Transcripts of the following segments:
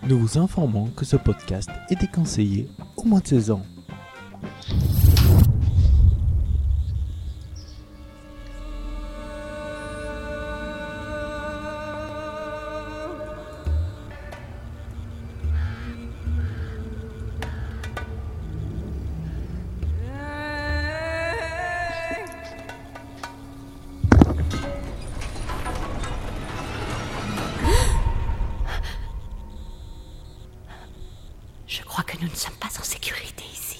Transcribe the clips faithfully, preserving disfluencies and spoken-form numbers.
Nous vous informons que ce podcast est déconseillé au moins de seize ans. Je crois que nous ne sommes pas en sécurité ici.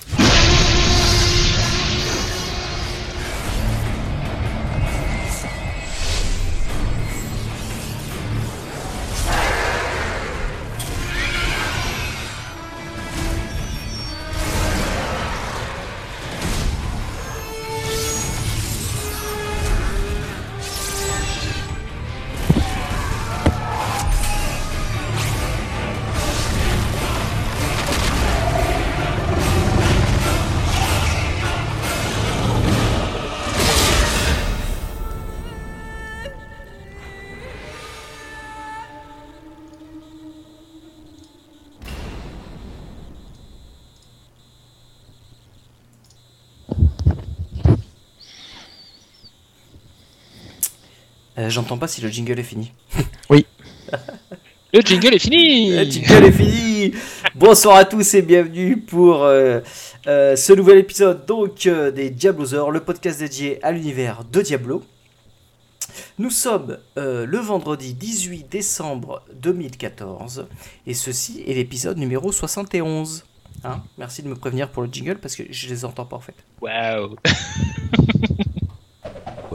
Euh, j'entends pas si le jingle est fini. Oui. Le jingle est fini. Le jingle est fini. Bonsoir à tous et bienvenue pour euh, euh, ce nouvel épisode donc euh, des Diablosaures, le podcast dédié à l'univers de Diablo. Nous sommes euh, le vendredi dix-huit décembre deux mille quatorze et ceci est l'épisode numéro soixante et onze. Hein, merci de me prévenir pour le jingle parce que je les entends pas en fait. Waouh. Wow.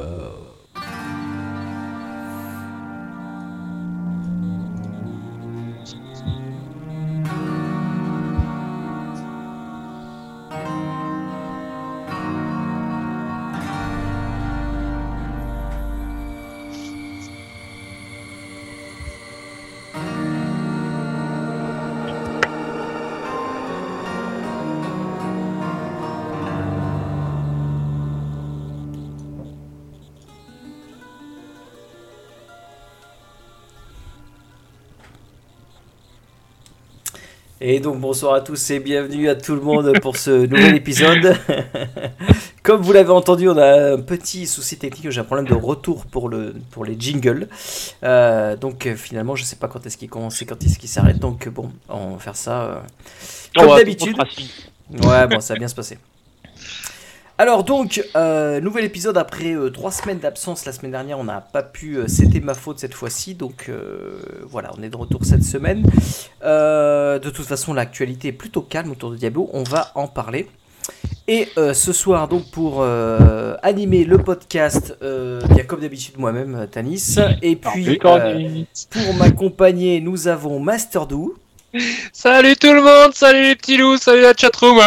Et donc bonsoir à tous et bienvenue à tout le monde pour ce nouvel épisode. Comme vous l'avez entendu, on a un petit souci technique, j'ai un problème de retour pour, le, pour les jingles. Euh, donc euh, finalement je sais pas quand est-ce qu'il commence et quand est-ce qu'il s'arrête. Donc bon, on va faire ça euh, comme Oh, d'habitude. Ouais bon ça va bien se passer. Alors donc, euh, nouvel épisode après euh, trois semaines d'absence. La semaine dernière, on n'a pas pu, euh, c'était ma faute cette fois-ci. Donc euh, voilà, on est de retour cette semaine. Euh, de toute façon, l'actualité est plutôt calme autour de Diablo. On va en parler. Et euh, ce soir, donc pour euh, animer le podcast, euh, bien comme d'habitude moi-même, Tanis. Et puis euh, pour m'accompagner, nous avons Masterdoo. Salut tout le monde, salut les petits loups, salut la chatroom.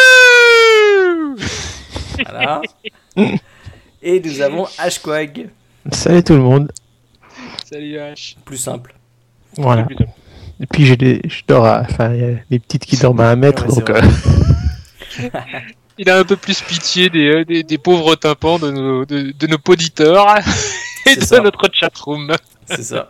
Voilà. Et nous avons Ashquag. Salut tout le monde. Salut H. Plus simple. Voilà. Et puis j'ai des, je dors à, enfin, il y a des petites qui dorment à un mètre, Ouais, donc. c'est Euh... Il a un peu plus pitié des, des, des pauvres tympans de nos, de, de nos auditeurs et C'est de ça. notre chatroom. C'est ça.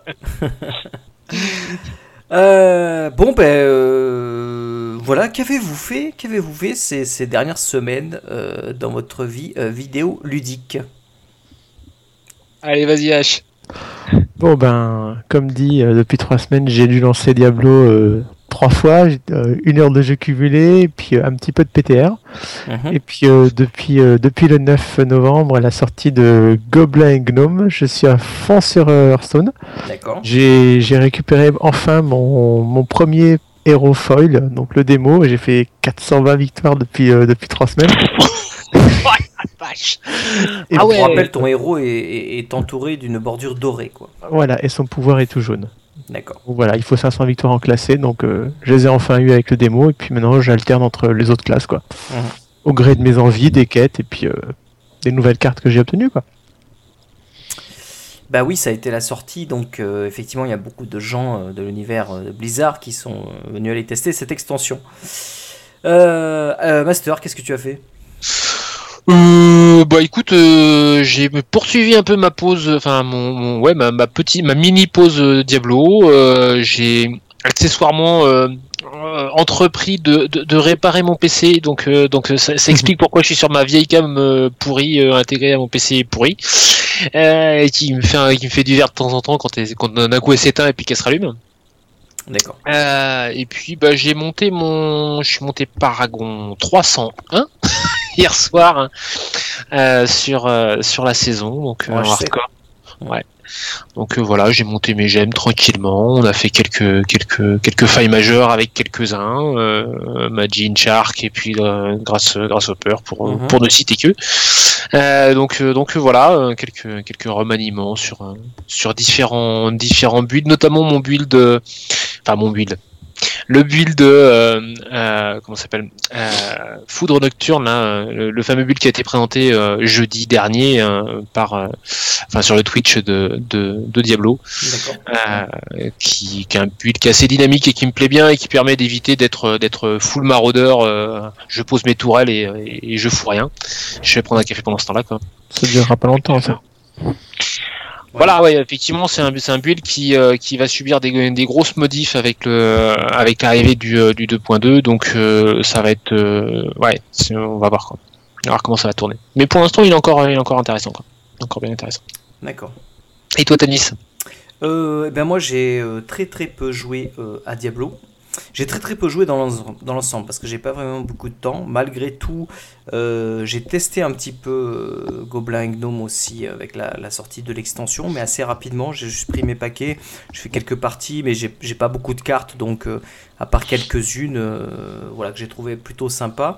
euh, bon, ben euh, voilà, qu'avez-vous fait Qu'avez-vous fait ces, ces dernières semaines euh, dans votre vie euh, vidéo ludique? Allez, vas-y H. Bon ben, comme dit, euh, depuis trois semaines, j'ai dû lancer Diablo euh, trois fois, j'ai, euh, une heure de jeu cumulé, et puis euh, un petit peu de P T R. Mhm. Et puis euh, depuis, euh, depuis le neuf novembre, la sortie de Goblin et Gnome, je suis à fond sur euh, Hearthstone. D'accord. J'ai, j'ai récupéré enfin mon, mon premier héros foil, donc le démo, et j'ai fait quatre cent vingt victoires depuis, euh, depuis trois semaines. Vache. Et Ah Pour ouais. rappel, ton héros est, est, est entouré d'une bordure dorée, quoi. Voilà, et son pouvoir est tout jaune. D'accord. Donc voilà, il faut cinq cents victoires en classé, donc euh, je les ai enfin eu avec le démo, et puis maintenant j'alterne entre les autres classes, quoi. Mhm. Au gré de mes envies, des quêtes, et puis euh, des nouvelles cartes que j'ai obtenues, quoi. Bah oui, ça a été la sortie, donc euh, effectivement, il y a beaucoup de gens euh, de l'univers euh, de Blizzard qui sont euh, venus aller tester cette extension. Euh, euh, Master, qu'est-ce que tu as fait ? Euh, bah écoute, euh, j'ai poursuivi un peu ma pause, enfin mon, mon ouais ma, ma petite, ma mini pause euh, Diablo. Euh, j'ai accessoirement euh, euh, entrepris de, de, de réparer mon P C, donc euh, donc ça, ça explique pourquoi je suis sur ma vieille cam euh, pourrie euh, intégrée à mon P C pourri, euh, et qui me fait un, qui me fait du verre de temps en temps quand, elle, quand d'un coup elle s'éteint et puis qu'elle se rallume. D'accord. Euh, et puis bah j'ai monté mon, je suis monté Paragon trois cent un hier soir hein, euh, sur euh, sur la saison, donc euh, Ouais, en je sais. hardcore. Ouais. Donc euh, voilà, j'ai monté mes gemmes tranquillement. On a fait quelques quelques quelques failles majeures avec quelques-uns, euh, Magin, Shark et puis euh, grâce grâce Hopper pour Mhm. pour ne citer que. Euh, donc euh, donc euh, voilà, euh, quelques quelques remaniements sur euh, sur différents différents builds, notamment mon build, euh, enfin mon build. Le build de euh, euh, comment ça s'appelle euh, Foudre Nocturne, là, euh, le, le fameux build qui a été présenté euh, jeudi dernier euh, par, euh, enfin sur le Twitch de, de, de Diablo, D'accord. euh, qui, qui est un build qui est assez dynamique et qui me plaît bien et qui permet d'éviter d'être d'être full maraudeur. Euh, je pose mes tourelles et, et, et je fous rien. Je vais prendre un café pendant ce temps-là, quoi. Ça durera pas longtemps, ça. Voilà, ouais, effectivement, c'est un, c'est un build qui, euh, qui va subir des, des grosses modifs avec le, avec l'arrivée du, euh, du deux point deux, donc euh, ça va être, euh, ouais, c'est- on va voir quoi. On va voir comment ça va tourner. Mais pour l'instant, il est encore, il est encore intéressant, quoi. Encore bien intéressant. D'accord. Et toi, Tanis? Euh, eh ben moi j'ai euh, très très peu joué euh, à Diablo. J'ai très très peu joué dans l'ensemble, dans l'ensemble parce que j'ai pas vraiment beaucoup de temps. Malgré tout, euh, j'ai testé un petit peu euh, Goblin Gnome aussi avec la, la sortie de l'extension, mais assez rapidement. J'ai juste pris mes paquets, je fais quelques parties, mais j'ai, j'ai pas beaucoup de cartes, donc euh, à part quelques-unes, euh, voilà que j'ai trouvé plutôt sympa.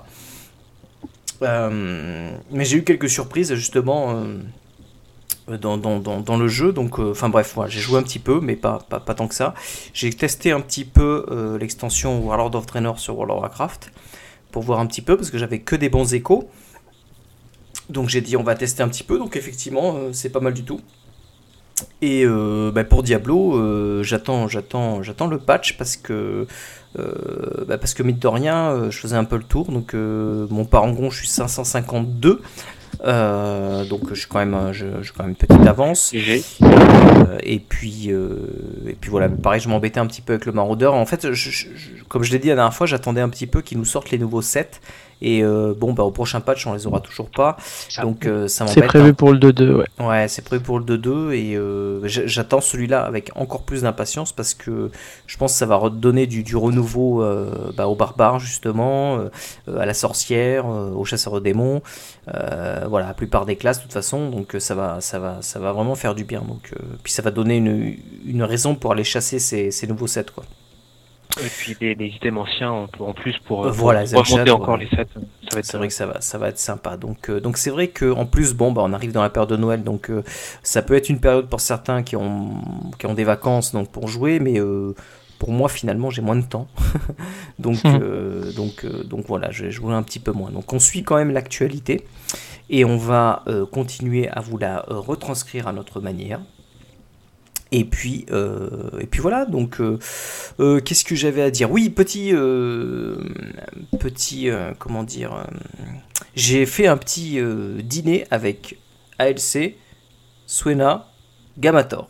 Euh, mais j'ai eu quelques surprises justement. Euh, Dans, dans, dans, dans le jeu, donc enfin euh, bref, voilà, j'ai joué un petit peu, mais pas, pas, pas tant que ça. J'ai testé un petit peu euh, l'extension Warlord of Draenor sur World of Warcraft pour voir un petit peu parce que j'avais que des bons échos. Donc j'ai dit on va tester un petit peu, donc effectivement euh, c'est pas mal du tout. Et euh, bah, pour Diablo, euh, j'attends, j'attends, j'attends le patch parce que euh, bah, parce que mine de rien, euh, je faisais un peu le tour, donc euh, mon parangon je suis cinq cent cinquante-deux. Euh, donc je suis quand même, je, je suis quand même une petite avance. Euh, et puis, euh, et puis voilà. Pareil, je m'embêtais un petit peu avec le maraudeur. En fait, je, je, je, comme je l'ai dit la dernière fois, j'attendais un petit peu qu'ils nous sortent les nouveaux sets. Et euh, bon, bah au prochain patch, on les aura toujours pas. Donc euh, ça m'embête. C'est prévu hein. pour le deux deux, ouais. Ouais, c'est prévu pour le deux deux et euh, j'attends celui-là avec encore plus d'impatience parce que je pense que ça va redonner du, du renouveau euh, bah, aux barbares justement, euh, à la sorcière, euh, aux chasseurs de démons, euh, voilà, la plupart des classes de toute façon, donc ça va, ça va, ça va vraiment faire du bien. Donc, euh, puis ça va donner une, une raison pour aller chasser ces, ces nouveaux sets, quoi. Et puis les, les items anciens en, en plus pour, Euh, voilà, pour les remonter achats, encore ouais. les sets. Ça va être C'est vrai que ça va, ça va être sympa. Donc, euh, donc c'est vrai que en plus, bon, bah, on arrive dans la période de Noël, donc euh, ça peut être une période pour certains qui ont, qui ont des vacances, donc pour jouer, mais euh, pour moi finalement j'ai moins de temps. donc, Mmh. euh, donc, euh, donc voilà, je vais jouer un petit peu moins. Donc on suit quand même l'actualité et on va euh, continuer à vous la euh, retranscrire à notre manière. Et puis, euh, et puis voilà, donc euh, euh, qu'est-ce que j'avais à dire? Oui, petit, euh, petit, euh, comment dire, euh, j'ai fait un petit euh, dîner avec A L C, Swena, Gamator.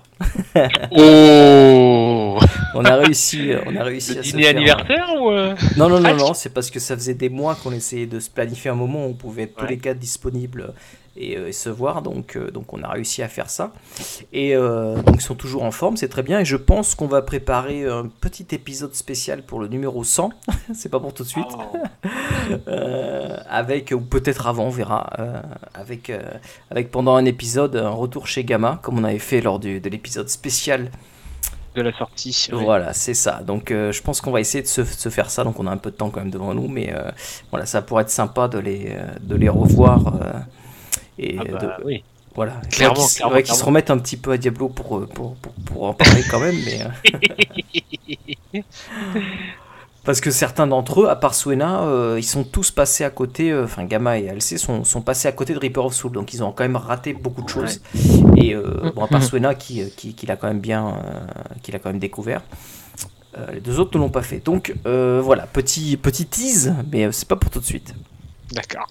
Oh, On a réussi, on a réussi le à se dîner faire... anniversaire ou euh... Non, non, non, Presque. non, c'est parce que ça faisait des mois qu'on essayait de se planifier un moment où on pouvait être tous Ouais. les quatre disponibles et, euh, et se voir, donc, euh, donc on a réussi à faire ça. Et euh, donc ils sont toujours en forme, c'est très bien, et je pense qu'on va préparer un petit épisode spécial pour le numéro cent, c'est pas pour tout de suite, Oh. euh, avec, ou peut-être avant, on verra, euh, avec, euh, avec pendant un épisode un retour chez Gamma, comme on avait fait lors du, de l'épisode spécial. de la sortie. oui. Voilà, c'est ça. Donc euh, je pense qu'on va essayer de se, se faire ça. Donc on a un peu de temps quand même devant nous, mais euh, voilà, ça pourrait être sympa de les, euh, de les revoir. euh, et Ah bah, de, oui. voilà, Clairement, Il faudrait qu'ils, clairement, faudrait qu'ils se clairement. remettent un petit peu à Diablo pour, euh, pour, pour, pour en parler quand même. Mais, euh, parce que certains d'entre eux, à part Swena, euh, ils sont tous passés à côté, euh, enfin Gamma et A L C sont, sont passés à côté de Reaper of Soul, donc ils ont quand même raté beaucoup de choses. Et euh, bon, à part Swena qui, qui, qui l'a quand même bien, euh, qui l'a quand même découvert. Euh, les deux autres ne l'ont pas fait. Donc euh, voilà, petit, petit tease, mais euh, c'est pas pour tout de suite. D'accord.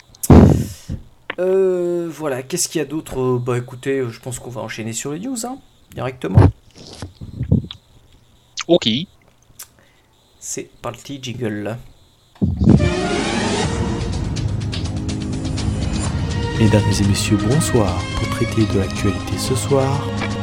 Euh, voilà, qu'est-ce qu'il y a d'autre? Euh, Bah écoutez, euh, je pense qu'on va enchaîner sur les news, hein, directement. Ok. C'est parti, jingle. Mesdames et messieurs, bonsoir. Pour traiter de l'actualité ce soir...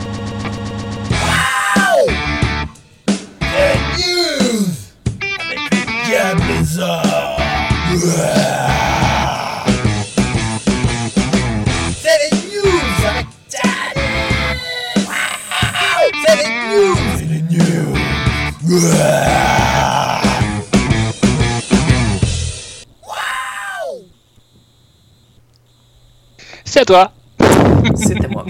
C'est à toi. C'est à moi.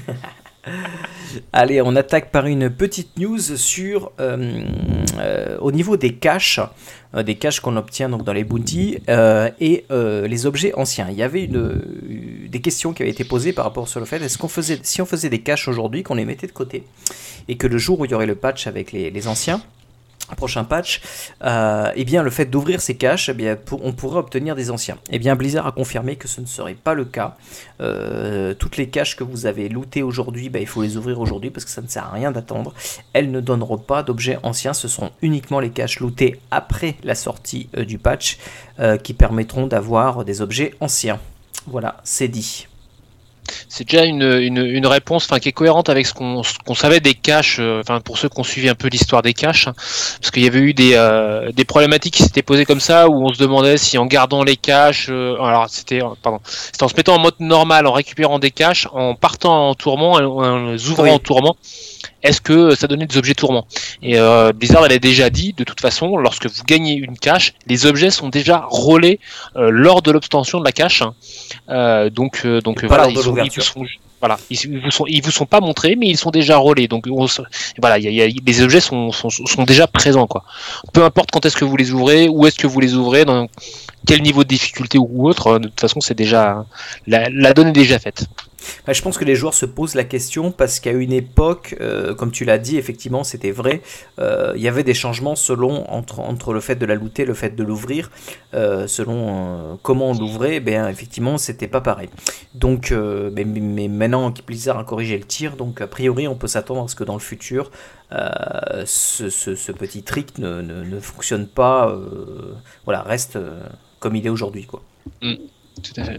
Allez, on attaque par une petite news sur euh, euh, au niveau des caches, euh, des caches qu'on obtient donc dans les bounties euh, et euh, les objets anciens. Il y avait une, euh, des questions qui avaient été posées par rapport sur le fait est-ce qu'on faisait, si on faisait des caches aujourd'hui, qu'on les mettait de côté et que le jour où il y aurait le patch avec les, les anciens. Prochain patch, euh, eh bien le fait d'ouvrir ces caches, eh bien, pour, on pourrait obtenir des anciens. Eh bien Blizzard a confirmé que ce ne serait pas le cas. Euh, toutes les caches que vous avez lootées aujourd'hui, bah, il faut les ouvrir aujourd'hui parce que ça ne sert à rien d'attendre. Elles ne donneront pas d'objets anciens, ce seront uniquement les caches lootées après la sortie euh, du patch euh, qui permettront d'avoir des objets anciens. Voilà, c'est dit. C'est déjà une, une, une réponse qui est cohérente avec ce qu'on, ce qu'on savait des caches, enfin euh, pour ceux qui ont suivi un peu l'histoire des caches, hein, parce qu'il y avait eu des, euh, des problématiques qui s'étaient posées comme ça, où on se demandait si en gardant les caches, euh, alors c'était, pardon, c'était en se mettant en mode normal, en récupérant des caches, en partant en tourment, en, en les ouvrant oui. en tourment, est-ce que ça donnait des objets tourments? Et euh, Blizzard elle a déjà dit, de toute façon, lorsque vous gagnez une cache, les objets sont déjà rollés euh, lors de l'obtention de la cache. Hein. Euh, donc, euh, donc voilà, ils, sont, ils vous sont, voilà, ils vous sont, ils vous sont pas montrés, mais ils sont déjà rollés. Donc on, voilà, y a, y a, les objets sont, sont, sont déjà présents, quoi. Peu importe quand est-ce que vous les ouvrez, où est-ce que vous les ouvrez, dans quel niveau de difficulté ou autre, de toute façon, c'est déjà la, la donne est déjà faite. Je pense que les joueurs se posent la question parce qu'à une époque, euh, comme tu l'as dit, effectivement, c'était vrai. Euh, il y avait des changements selon entre, entre le fait de la looter, le fait de l'ouvrir, euh, selon euh, comment on l'ouvrait. Ben effectivement, c'était pas pareil. Donc, euh, mais, mais maintenant, Blizzard a corrigé le tir, donc a priori, on peut s'attendre à ce que dans le futur, euh, ce, ce, ce petit trick ne, ne, ne fonctionne pas. Euh, voilà, reste euh, comme il est aujourd'hui, quoi. Mmh, tout à fait.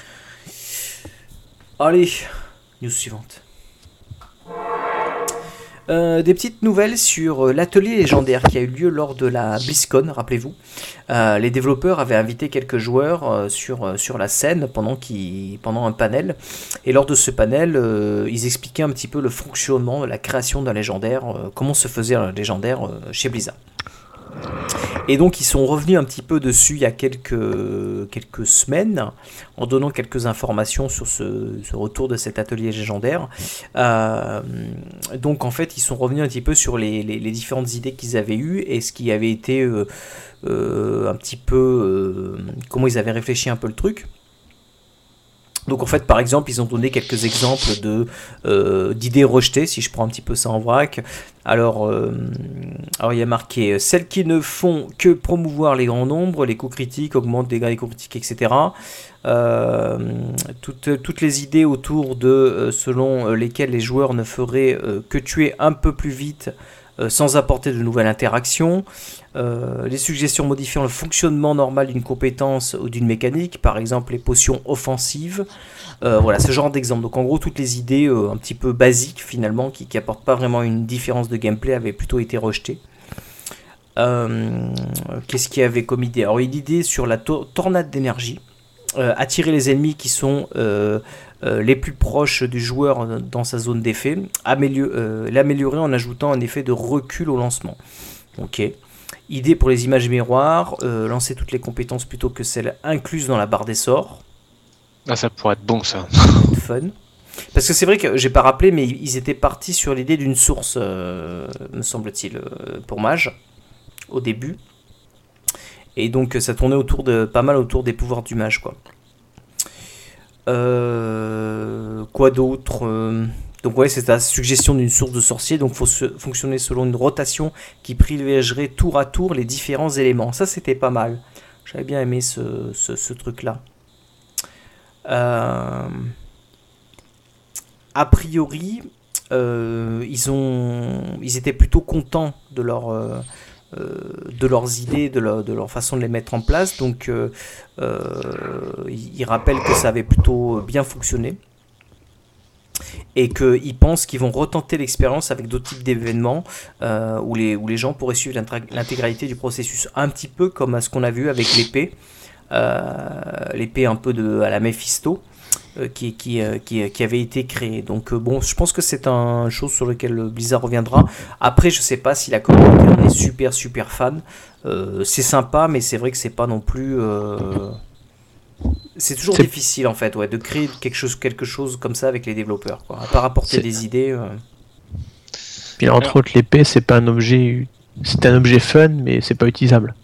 Allez, news suivante. Euh, des petites nouvelles sur l'atelier légendaire qui a eu lieu lors de la BlizzCon, rappelez-vous. Euh, les développeurs avaient invité quelques joueurs euh, sur, euh, sur la scène pendant, qui, pendant un panel. Et lors de ce panel, euh, ils expliquaient un petit peu le fonctionnement, la création d'un légendaire, euh, comment se faisait un légendaire euh, chez Blizzard. Et donc ils sont revenus un petit peu dessus il y a quelques, quelques semaines en donnant quelques informations sur ce, ce retour de cet atelier légendaire. Euh, donc en fait ils sont revenus un petit peu sur les, les, les différentes idées qu'ils avaient eues et ce qui avait été euh, euh, un petit peu euh, comment ils avaient réfléchi un peu le truc. Donc en fait par exemple ils ont donné quelques exemples de, euh, d'idées rejetées si je prends un petit peu ça en vrac. Alors, euh, alors il y a marqué celles qui ne font que promouvoir les grands nombres, les coups critiques augmentent les dégâts des coups critiques, et cetera. Euh, toutes, toutes les idées autour de euh, selon lesquelles les joueurs ne feraient euh, que tuer un peu plus vite euh, sans apporter de nouvelles interactions. Euh, les suggestions modifiant le fonctionnement normal d'une compétence ou d'une mécanique, par exemple les potions offensives, euh, voilà ce genre d'exemple. Donc en gros toutes les idées euh, un petit peu basiques finalement qui n'apportent pas vraiment une différence de gameplay avaient plutôt été rejetées. Euh, qu'est-ce qu'il y avait comme idée? Alors l'idée sur la to- tornade d'énergie, euh, attirer les ennemis qui sont euh, euh, les plus proches du joueur dans sa zone d'effet, amélior- euh, l'améliorer en ajoutant un effet de recul au lancement. Ok. Idée pour les images miroirs, euh, lancer toutes les compétences plutôt que celles incluses dans la barre des sorts. Ah, ça pourrait être bon ça. Fun. Parce que c'est vrai que j'ai pas rappelé, mais ils étaient partis sur l'idée d'une source, euh, me semble-t-il, euh, pour mage, au début. Et donc ça tournait autour de, pas mal autour des pouvoirs du mage, quoi. Euh, quoi d'autre euh, Donc ouais, c'est la suggestion d'une source de sorcier, donc il faut se fonctionner selon une rotation qui privilégierait tour à tour les différents éléments. Ça c'était pas mal, j'avais bien aimé ce, ce, ce truc-là. Euh, a priori, euh, ils, ont, ils étaient plutôt contents de leur, euh, euh, de leurs idées, de leur, de leur façon de les mettre en place. Donc, euh, euh, ils rappellent que ça avait plutôt bien fonctionné. Et qu'ils pensent qu'ils vont retenter l'expérience avec d'autres types d'événements euh, où, les, où les gens pourraient suivre l'intégralité du processus. Un petit peu comme ce qu'on a vu avec l'épée, euh, l'épée un peu de, à la Mephisto, euh, qui, qui, euh, qui, qui avait été créée. Donc euh, bon, je pense que c'est une chose sur laquelle Blizzard reviendra. Après, je sais pas si la communauté en est super super fan. Euh, c'est sympa, mais c'est vrai que c'est pas non plus... Euh, c'est toujours c'est... difficile en fait, ouais, de créer quelque chose, quelque chose comme ça avec les développeurs, quoi. À part apporter c'est... des idées. Euh... Puis entre Alors... autres, l'épée, c'est pas un objet, c'est un objet fun, mais c'est pas utilisable.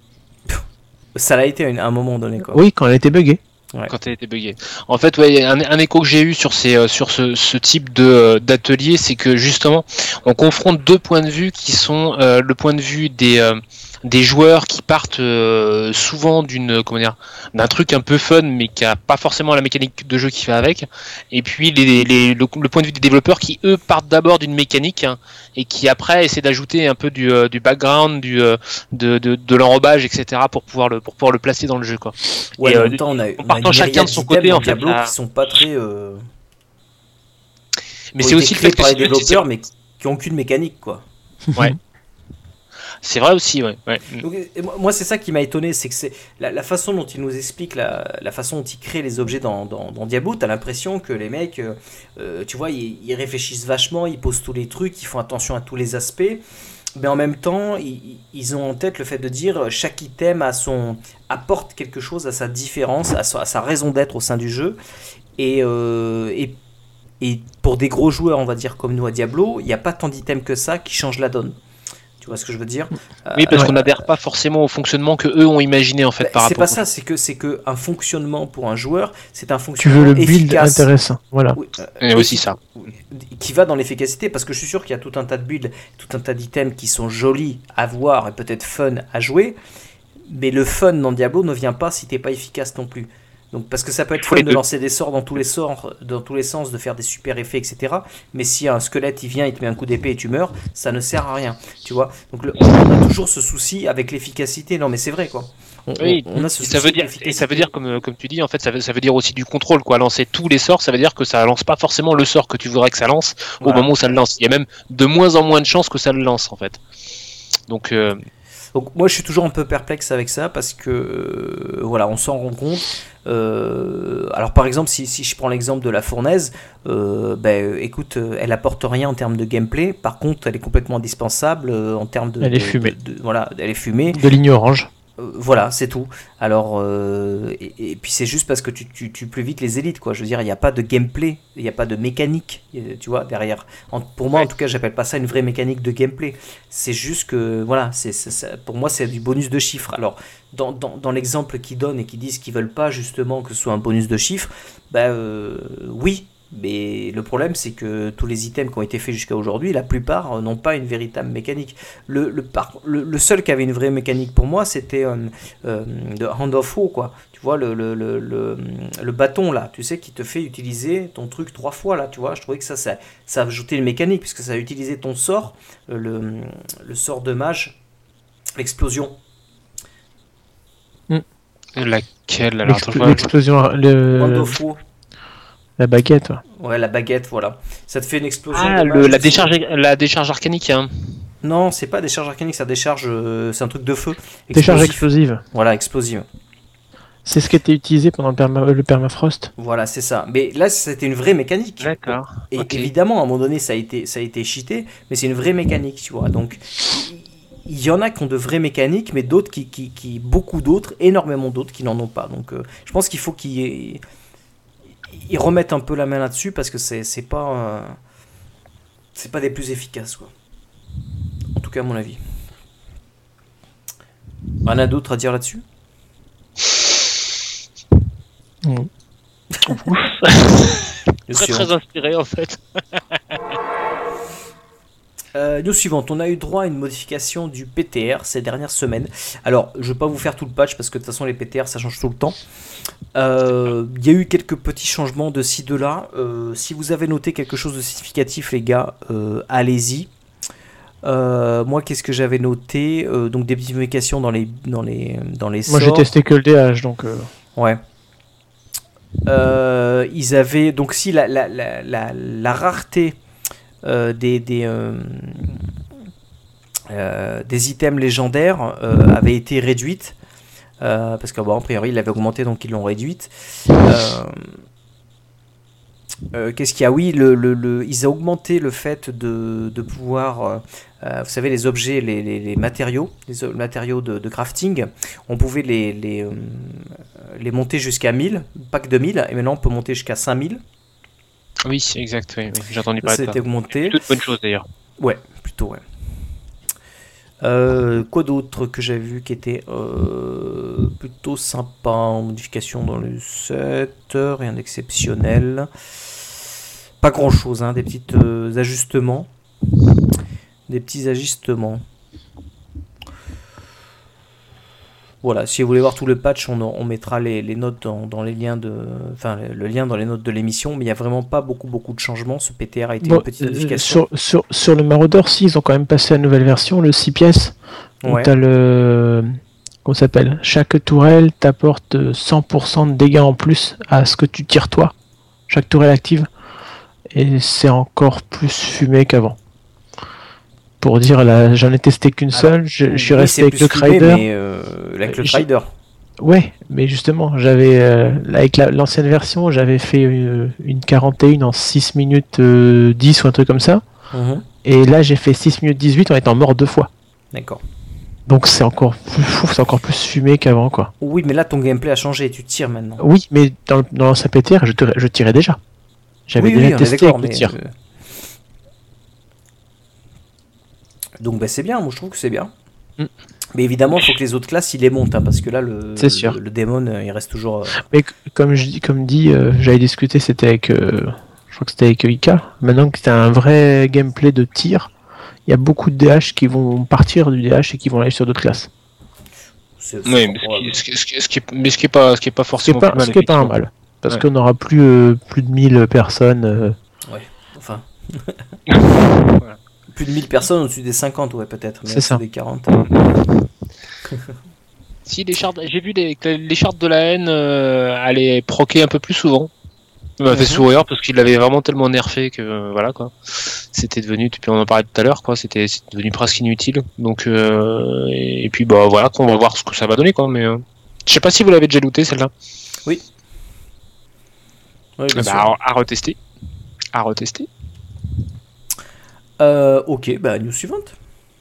Ça l'a été à un moment donné, quoi. Oui, quand elle était buggée. Ouais. Quand elle était buggée. En fait, ouais, un, un écho que j'ai eu sur ces, sur ce, ce type de d'atelier, c'est que justement, on confronte deux points de vue qui sont euh, le point de vue des euh, des joueurs qui partent euh, souvent d'une comment dire d'un truc un peu fun mais qui a pas forcément la mécanique de jeu qui va avec, et puis les, les, le, le point de vue des développeurs qui eux partent d'abord d'une mécanique hein, et qui après essaient d'ajouter un peu du, euh, du background, du euh, de, de, de l'enrobage, et cetera pour pouvoir le pour pouvoir le placer dans le jeu, quoi. Ouais, et en euh, même temps on a, on a chacun de son côté en fait, Diablo qui sont pas très euh... mais c'est aussi le fait par les développeurs mais qui ont aucune mécanique, quoi. Ouais. C'est vrai aussi, ouais. ouais. Donc, moi, c'est ça qui m'a étonné, c'est que c'est la, la façon dont ils nous expliquent, la, la façon dont ils créent les objets dans, dans, dans Diablo. T'as l'impression que les mecs, euh, tu vois, ils, ils réfléchissent vachement, ils posent tous les trucs, ils font attention à tous les aspects. Mais en même temps, ils, ils ont en tête le fait de dire chaque item a son, apporte quelque chose à sa différence, à sa, à sa raison d'être au sein du jeu. Et, euh, et, et pour des gros joueurs, on va dire comme nous à Diablo, il n'y a pas tant d'items que ça qui changent la donne. Tu vois ce que je veux dire ? Oui, parce euh, qu'on n'adhère pas forcément au fonctionnement que eux ont imaginé en fait bah, par c'est rapport. C'est pas ça, c'est que c'est que un fonctionnement pour un joueur, c'est un fonctionnement tu veux le build efficace, intéressant, voilà. Oui, euh, Et aussi ça. Qui va dans l'efficacité, parce que je suis sûr qu'il y a tout un tas de builds, tout un tas d'items qui sont jolis à voir et peut-être fun à jouer, mais le fun dans Diablo ne vient pas si t'es pas efficace non plus. Donc, parce que ça peut être fun de lancer des sorts dans tous les sorts, dans tous les sens, de faire des super effets, et cetera. Mais si un squelette il vient, il te met un coup d'épée et tu meurs, ça ne sert à rien, tu vois. Donc le, on a toujours ce souci avec l'efficacité. Non, mais c'est vrai, quoi. On, oui, on, on a ce et ça veut dire, et ça veut dire comme comme tu dis, en fait, ça veut, ça veut dire aussi du contrôle, quoi. Lancer tous les sorts, ça veut dire que ça lance pas forcément le sort que tu voudrais que ça lance voilà. Au moment où ça le lance. Il y a même de moins en moins de chances que ça le lance, en fait. Donc euh... Donc moi je suis toujours un peu perplexe avec ça parce que euh, voilà, on s'en rend compte. Euh, alors par exemple si, si je prends l'exemple de la fournaise, euh, ben écoute, elle apporte rien en termes de gameplay. Par contre elle est complètement indispensable euh, en termes de. Elle est de, fumée. De, de, voilà, elle est fumée. De ligne orange. Euh, voilà, c'est tout. Alors euh, et, et puis c'est juste parce que tu, tu, tu plus vite les élites, quoi. Je veux dire, il n'y a pas de gameplay, il n'y a pas de mécanique, tu vois, derrière. En, pour moi, ouais. En tout cas, j'appelle pas ça une vraie mécanique de gameplay. C'est juste que, voilà, c'est, c'est, c'est, pour moi, c'est du bonus de chiffres. Alors, dans, dans, dans l'exemple qu'ils donnent et qu'ils disent qu'ils veulent pas justement que ce soit un bonus de chiffres, bah euh, oui. Mais le problème, c'est que tous les items qui ont été faits jusqu'à aujourd'hui, la plupart n'ont pas une véritable mécanique. Le, le, le, le seul qui avait une vraie mécanique pour moi, c'était euh, euh, The Hand of War, quoi. Tu vois, le, le, le, le, le bâton, là, tu sais, qui te fait utiliser ton truc trois fois, là, tu vois. Je trouvais que ça, ça, ça ajoutait une mécanique, puisque ça a utilisé ton sort, le, le sort de mage, l'explosion. Laquelle alors, L'expl- L'explosion, le... Hand of War. La baguette, ouais. Ouais, la baguette, voilà. Ça te fait une explosion. Ah, de le, la, décharge, la décharge arcanique. Hein. Non, c'est pas décharge arcanique, ça décharge. Euh, c'est un truc de feu. Explosif. Décharge explosive. Voilà, explosive. C'est ce qui a été utilisé pendant le, perma- le permafrost. Voilà, c'est ça. Mais là, c'était une vraie mécanique. D'accord. Et okay. évidemment, à un moment donné, ça a été, ça a été cheaté, mais c'est une vraie mécanique, tu vois. Donc, il y en a qui ont de vraies mécaniques, mais d'autres qui, qui, qui beaucoup d'autres, énormément d'autres, qui n'en ont pas. Donc, euh, je pense qu'il faut qu'il y ait. Ils remettent un peu la main là-dessus parce que c'est, c'est pas euh, c'est pas des plus efficaces, quoi. En tout cas à mon avis. Rien a d'autre à dire là-dessus? Mmh. Très très inspiré en fait. Euh, news suivante, on a eu droit à une modification du P T R ces dernières semaines. Alors, je ne vais pas vous faire tout le patch parce que de toute façon les P T R ça change tout le temps. Il euh, y a eu quelques petits changements de ci de là. Euh, si vous avez noté quelque chose de significatif, les gars, euh, allez-y. Euh, moi, qu'est-ce que j'avais noté euh, Donc des petites modifications dans les dans les dans les Moi, sorts. j'ai testé que le D H, donc. euh, Ouais. Euh, ils avaient donc si la la la la, la rareté euh, des des euh, euh, des items légendaires euh, avait été réduite euh, parce que bon, a priori, il l'avait augmenté, donc ils l'ont réduite. Euh, Euh, qu'est-ce qu'il y a Oui, le, le, le, ils ont augmenté le fait de, de pouvoir, euh, vous savez, les objets, les, les, les matériaux, les o- matériaux de, de crafting, on pouvait les, les, euh, les monter jusqu'à mille, pas que deux mille, et maintenant on peut monter jusqu'à cinq mille. Oui, exact, oui, oui. J'ai entendu Ça, parler de ça. c'était augmenté. Toute bonne chose d'ailleurs. Ouais, plutôt, ouais. Euh, quoi d'autre que j'avais vu qui était euh, plutôt sympa en modification dans le set, rien d'exceptionnel. Pas grand chose, hein, des petits euh, ajustements. Des petits ajustements. Voilà, si vous voulez voir tout le patch, on, on mettra les, les notes dans, dans les liens de. Enfin, le, le lien dans les notes de l'émission, mais il n'y a vraiment pas beaucoup beaucoup de changements. Ce P T R a été Bon, une petite euh, modification. sur, sur, sur le Marauder, si, ils ont quand même passé la nouvelle version, le six pièces. Où Ouais. t'as le. Comment ça s'appelle Chaque tourelle t'apporte cent pour cent de dégâts en plus à ce que tu tires toi. Chaque tourelle active. Et c'est encore plus fumé qu'avant. Pour dire, là, j'en ai testé qu'une Alors, seule, je, je suis Oui, resté c'est avec plus le fumé, Crider. mais euh, avec le J'ai- Crider. Ouais, mais justement, j'avais euh, là, avec la- l'ancienne version, j'avais fait euh, une quarante et un en six minutes euh, dix ou un truc comme ça. Mhm. Et là, j'ai fait six minutes dix-huit en étant mort deux fois. D'accord. Donc c'est encore plus fou, c'est encore plus fumé qu'avant, quoi. Oui, mais là, ton gameplay a changé. Tu tires maintenant. Oui, mais dans, le- dans l'ancien P T R, je, tirais- je tirais déjà. J'avais Oui, oui, déjà on est testé d'accord, avec le mais, tir. euh, Donc bah, c'est bien, moi je trouve que c'est bien. Mm. Mais évidemment, il faut que les autres classes ils les montent, hein, parce que là, le, C'est sûr. le, le démon, euh, il reste toujours. euh, Mais c- comme je dis, comme dit, euh, j'avais discuté, c'était avec, euh, je crois que c'était avec Ika. Maintenant que c'est un vrai gameplay de tir, il y a beaucoup de D H qui vont partir du D H et qui vont aller sur d'autres classes. c'est- c'est Oui, fort mais ce probable. qui, ce qui- ce qui- ce qui est, mais ce qui est pas, ce qui est pas Ce qui est forcément pas, plus mal. ce qui est pas un effectivement. mal, parce Ouais. qu'on n'aura plus euh, plus de mille personnes. euh, Enfin. Plus de mille personnes au-dessus des cinquante, ouais, peut-être. Mais C'est au-dessus ça. des quarante. Si les chartes, j'ai vu les, que les chartes de la haine euh, allaient proquer un peu plus souvent. Ça m'a fait Mhm. sourire parce qu'il l'avait vraiment tellement nerfé que euh, voilà quoi. C'était devenu, puis on en parlait tout à l'heure quoi, c'était c'était devenu presque inutile. Donc euh, et, et puis bah voilà, qu'on va voir ce que ça va donner quoi. Mais euh, je sais pas si vous l'avez déjà looté celle-là. Oui, bien Bah, sûr. à, à retester, à retester. Euh, ok, bah news suivante.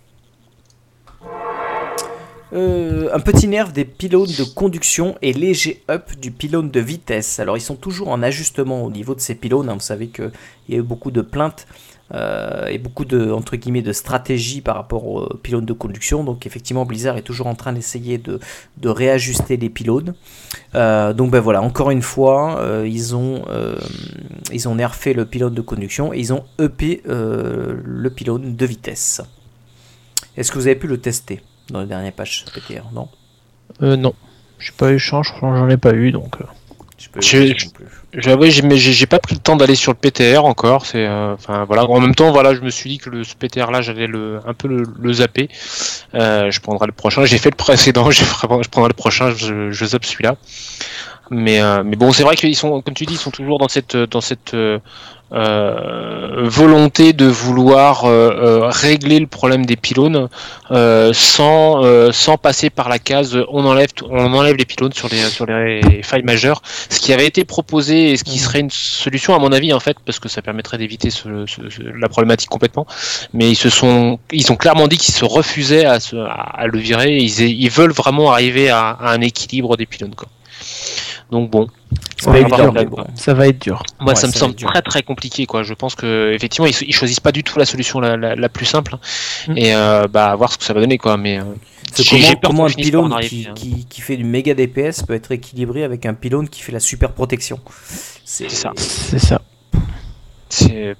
Euh, un petit nerf des pylônes de conduction et léger up du pylône de vitesse. Alors ils sont toujours en ajustement au niveau de ces pylônes, hein. Vous savez qu'il y a eu beaucoup de plaintes euh, et beaucoup de, entre guillemets, de stratégies par rapport aux pylônes de conduction. Donc effectivement Blizzard est toujours en train d'essayer de, de réajuster les pylônes. Euh, donc ben voilà, encore une fois, euh, ils, ont, euh, ils ont nerfé le pylône de conduction et ils ont E P euh, le pylône de vitesse. Est-ce que vous avez pu le tester dans le dernier patch P T R? Non, euh, non, j'ai pas eu chance, j'en ai pas eu, donc. euh, je peux Je- le tester non plus. J'avoue, j'ai mais j'ai j'ai pas pris le temps d'aller sur le P T R encore. C'est euh, enfin voilà. En même temps, voilà, je me suis dit que le ce P T R là, j'allais le un peu le, le zapper. Euh, je prendrai le prochain. J'ai fait le précédent. Je, ferai- je prendrai le prochain. Je, je zappe celui-là. Mais euh, mais bon, c'est vrai qu'ils sont, comme tu dis, ils sont toujours dans cette dans cette euh, euh, volonté de vouloir euh, euh, régler le problème des pylônes euh, sans euh, sans passer par la case on enlève tout- on enlève les pylônes sur les sur les failles majeures, ce qui avait été proposé et ce qui serait une solution à mon avis en fait, parce que ça permettrait d'éviter ce, ce- ce- la problématique complètement. Mais ils se sont ils ont clairement dit qu'ils se refusaient à, se, à, à le virer. Ils, ils veulent vraiment arriver à, à un équilibre des pylônes quoi. Donc bon, Ça Ouais, va être évidemment, dur, mais mais bon. ça va être dur. moi, Ouais, ça me ça va semble être dur. très très compliqué, quoi. Je pense que effectivement, ils, ils choisissent pas du tout la solution la, la, la plus simple, Mm. et euh, bah à voir ce que ça va donner, quoi. Mais euh, C'est j'ai- comment, j'ai peur comment qu'on un finisse par en pylône arriver, qui, hein. qui, qui fait du méga D P S peut être équilibré avec un pylône qui fait la super protection. C'est C'est ça. C'est ça. C'est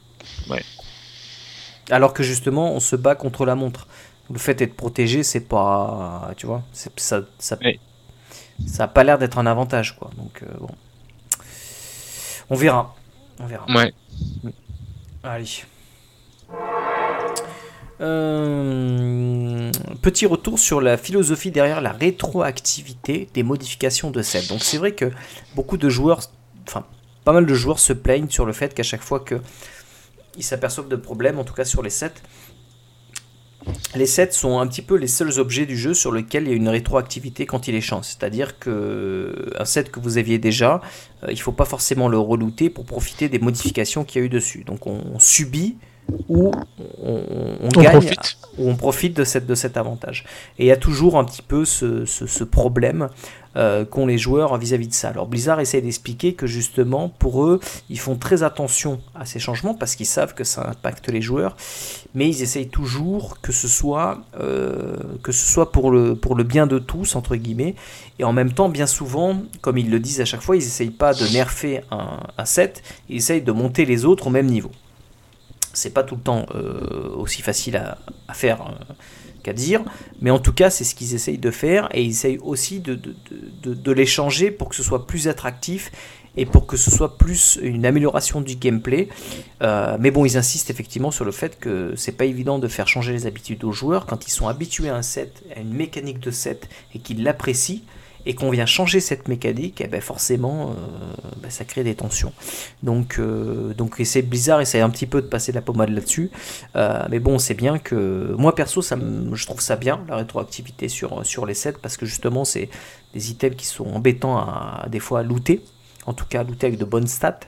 Alors que justement, on se bat contre la montre. Le fait d'être protégé, c'est pas, tu vois, c'est ça, ça, Oui. ça a pas l'air d'être un avantage, quoi. Donc euh, bon, on verra, on verra. ouais. Allez. Euh, petit retour sur la philosophie derrière la rétroactivité des modifications de sets. Donc c'est vrai que beaucoup de joueurs, enfin pas mal de joueurs se plaignent sur le fait qu'à chaque fois qu'ils s'aperçoivent de problèmes, en tout cas sur les sets, les sets sont un petit peu les seuls objets du jeu sur lesquels il y a une rétroactivité quand il est change. C'est-à-dire qu'un set que vous aviez déjà, euh, il ne faut pas forcément le relooter pour profiter des modifications qu'il y a eu dessus. Donc on, on subit ou on, on, On gagne, profite. ou on profite de, cette, de cet avantage. Et il y a toujours un petit peu ce, ce, ce problème euh, qu'ont les joueurs vis-à-vis de ça. Alors Blizzard essaie d'expliquer que justement pour eux, ils font très attention à ces changements parce qu'ils savent que ça impacte les joueurs, mais ils essayent toujours que ce soit, euh, que ce soit pour, le, pour le bien de tous, entre guillemets, et en même temps, bien souvent, comme ils le disent à chaque fois, ils n'essayent pas de nerfer un, un set, ils essayent de monter les autres au même niveau. C'est pas tout le temps euh, aussi facile à, à faire euh, qu'à dire, mais en tout cas c'est ce qu'ils essayent de faire, et ils essayent aussi de, de, de, de les changer pour que ce soit plus attractif et pour que ce soit plus une amélioration du gameplay. Euh, mais bon, ils insistent effectivement sur le fait que c'est pas évident de faire changer les habitudes aux joueurs quand ils sont habitués à un set, à une mécanique de set, et qu'ils l'apprécient, et qu'on vient changer cette mécanique, et ben forcément, euh, ben ça crée des tensions. Donc, euh, donc c'est Blizzard essaie un petit peu de passer la pommade là-dessus. Euh, mais bon, c'est bien que... Moi, perso, ça me, je trouve ça bien, la rétroactivité sur, sur les sets, parce que justement, c'est des items qui sont embêtants à, à des fois à looter. En tout cas, à looter avec de bonnes stats.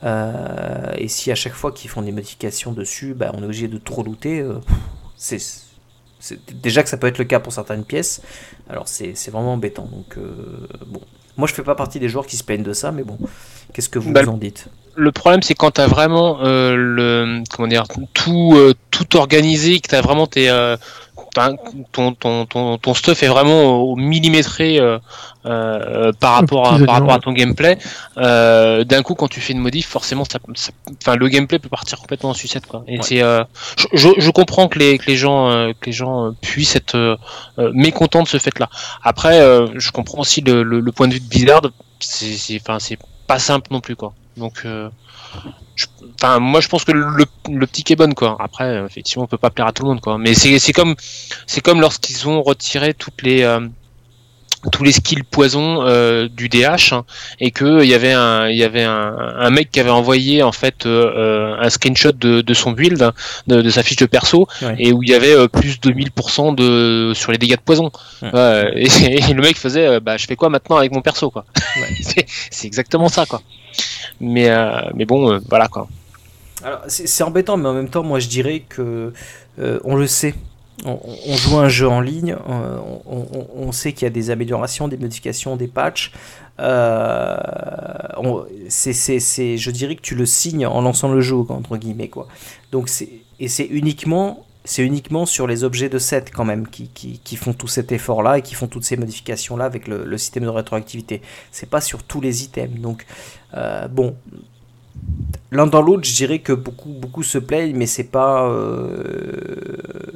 Euh, et si à chaque fois qu'ils font des modifications dessus, ben, on est obligé de trop looter, euh, c'est... C'est déjà que ça peut être le cas pour certaines pièces, alors c'est, c'est vraiment embêtant. Donc euh, bon, moi je fais pas partie des joueurs qui se plaignent de ça, mais bon, qu'est-ce que vous Bah, en dites? Le problème, c'est quand t'as vraiment euh, le comment dire tout euh, tout organisé, que t'as vraiment tes euh, t'as- ton, ton ton ton stuff est vraiment au millimètré euh, euh, par rapport à Plus par rapport à oignon, ton gameplay. Euh, d'un coup, quand tu fais une modif, forcément, ça, ça- enfin le gameplay peut partir complètement en sucette, quoi. Et Ouais. c'est euh, je, je je comprends que les que les gens euh, que les gens euh, puissent être euh, euh, mécontents de ce fait-là. Après, euh, je comprends aussi le, le, le point de vue de Blizzard. C'est c'est enfin c'est pas simple non plus, quoi. Donc, euh, je- enfin, moi, je pense que le, le petit est bonne, quoi. Après, euh, effectivement, on peut pas plaire à tout le monde, quoi. Mais c'est, c'est comme, c'est comme lorsqu'ils ont retiré toutes les, euh, tous les skills poison euh, du D H, hein, et que il y avait un, il y avait un, un mec qui avait envoyé en fait euh, euh, un screenshot de, de son build, hein, de, de sa fiche de perso, Ouais. et où il y avait euh, plus de mille pour cent de sur les dégâts de poison. Ouais. Ouais, et, et le mec faisait, euh, bah, je fais quoi maintenant avec mon perso, quoi. Ouais. c'est, c'est exactement ça, quoi. Mais, euh, mais bon, euh, voilà quoi. Alors c'est, c'est embêtant, mais en même temps, moi je dirais que euh, on le sait. On, on joue un jeu en ligne, euh, on, on- on sait qu'il y a des améliorations, des modifications, des patchs. Euh, on- c'est, c'est, c'est, je dirais que tu le signes en lançant le jeu, quoi, entre guillemets, quoi. Donc c'est, et c'est uniquement, c'est uniquement sur les objets de set quand même qui, qui, qui font tout cet effort-là et qui font toutes ces modifications-là avec le, le système de rétroactivité. C'est pas sur tous les items. Donc euh, bon. L'un dans l'autre, je dirais que beaucoup, beaucoup se plaignent, mais c'est pas. euh,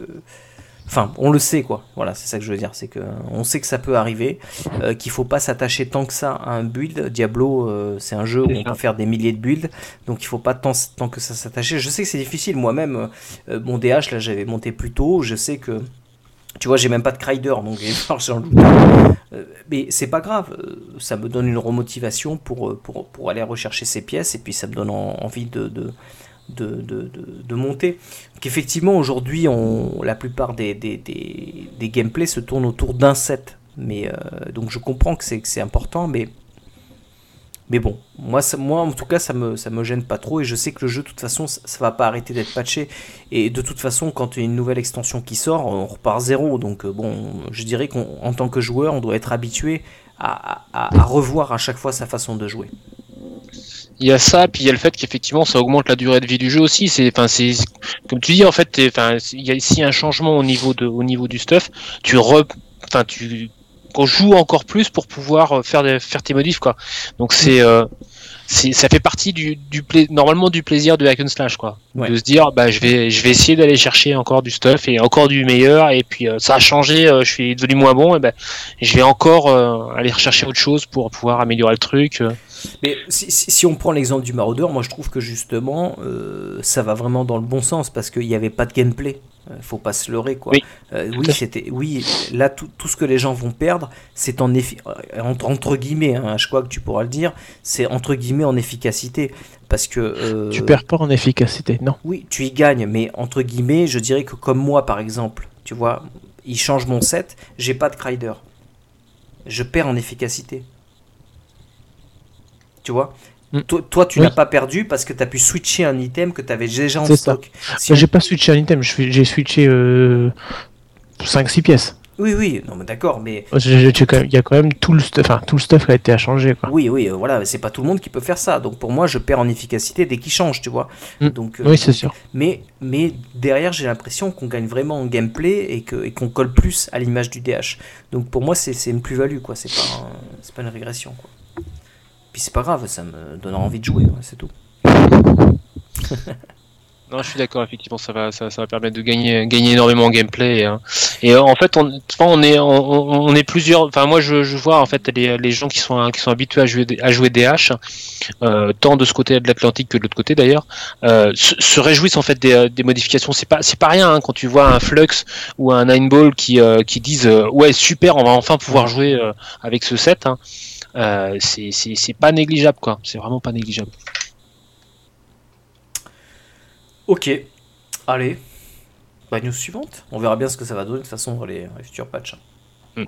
Enfin, on le sait, quoi. Voilà, c'est ça que je veux dire. C'est que on sait que ça peut arriver, euh, qu'il faut pas s'attacher tant que ça à un build. Diablo, euh, c'est un jeu où C'est on ça. peut faire des milliers de builds, donc il faut pas tant, tant que ça s'attacher. Je sais que c'est difficile. Moi-même, euh, mon D H, là, j'avais monté plus tôt. Je sais que. Tu vois, j'ai même pas de Crider, donc j'en doute. Euh, mais c'est pas grave, euh, ça me donne une remotivation pour, euh, pour, pour aller rechercher ces pièces, et puis ça me donne en- envie de, de, de, de, de- de monter. Donc effectivement, aujourd'hui, on, la plupart des, des, des, des gameplays se tournent autour d'un set. Mais, euh, donc je comprends que c'est, que c'est important, mais, mais bon, moi, ça, moi en tout cas, ça me, ça me gêne pas trop, et je sais que le jeu, de toute façon, ça, ça va pas arrêter d'être patché. Et de toute façon, quand il y a une nouvelle extension qui sort, on repart zéro. Donc euh, bon, je dirais qu'en tant que joueur, on doit être habitué à, à, à revoir à chaque fois sa façon de jouer. Il y a ça, puis il y a le fait qu'effectivement ça augmente la durée de vie du jeu aussi. C'est, enfin, c'est comme tu dis en fait, t'es- enfin, il y a ici un changement au niveau de, au niveau du stuff. Tu re, enfin, tu on joue encore plus pour pouvoir faire des, faire tes modifs, quoi. Donc c'est, euh, c'est, ça fait partie du, du pla- normalement du plaisir de hack and slash, quoi. Ouais. De se dire, bah je vais, je vais essayer d'aller chercher encore du stuff et encore du meilleur. Et puis euh, ça a changé, euh, je suis devenu moins bon, et ben je vais encore euh, aller rechercher autre chose pour pouvoir améliorer le truc. euh. Mais si, si, si on prend l'exemple du Marauder, moi je trouve que justement euh, ça va vraiment dans le bon sens parce qu'il n'y avait pas de gameplay. Euh, faut pas se leurrer, quoi. Oui. Euh, oui, c'était, oui, là, tout, tout ce que les gens vont perdre, c'est en effi- entre, entre guillemets, hein, je crois que tu pourras le dire, c'est entre guillemets en efficacité. Parce que. Euh, Tu perds pas en efficacité, non. Oui, tu y gagnes, mais entre guillemets, je dirais que comme moi, par exemple, tu vois, il change mon set, j'ai pas de Crider. Je perds en efficacité. Tu vois Mm. toi, toi, tu Oui. n'as pas perdu parce que tu as pu switcher un item que tu avais déjà en C'est ça. stock. Si Bah, on- J'ai pas switché un item, je fais- j'ai switché euh, cinq six pièces. Oui, oui, non, mais d'accord, mais J'ai- j'ai- j'ai quand même- Il y a quand même tout le stuff, enfin, tout le stuff qui a été à changer, quoi. oui, oui, euh, voilà, c'est pas tout le monde qui peut faire ça. Donc pour moi, je perds en efficacité dès qu'il change, tu vois. Mm. Donc, euh, Oui, c'est sûr. mais, mais derrière, j'ai l'impression qu'on gagne vraiment en gameplay et que- et qu'on colle plus à l'image du D H. Donc pour moi, c'est c'est une plus-value, quoi. C'est pas, un- c'est pas une régression, quoi. Puis c'est pas grave, ça me donnera envie de jouer, ouais, c'est tout. Non, je suis d'accord, effectivement, ça va, ça, ça va permettre de gagner, gagner énormément en gameplay. Et, hein. et euh, en fait, on, enfin, on est, on, on est plusieurs. Enfin, moi, je, je vois en fait les, les gens qui sont, qui sont habitués à jouer, à jouer D H, euh, tant de ce côté de l'Atlantique que de l'autre côté d'ailleurs, euh, se, se réjouissent en fait des, des modifications. C'est pas, c'est pas rien hein, quand tu vois un Flux ou un Nine Ball qui, euh, qui disent euh, ouais super, on va enfin pouvoir jouer euh, avec ce set. Hein. Euh, c'est, c'est, c'est pas négligeable quoi. C'est vraiment pas négligeable. Ok, allez. Bah, news suivante. On verra bien ce que ça va donner de toute façon dans les, les futurs patchs. Mm.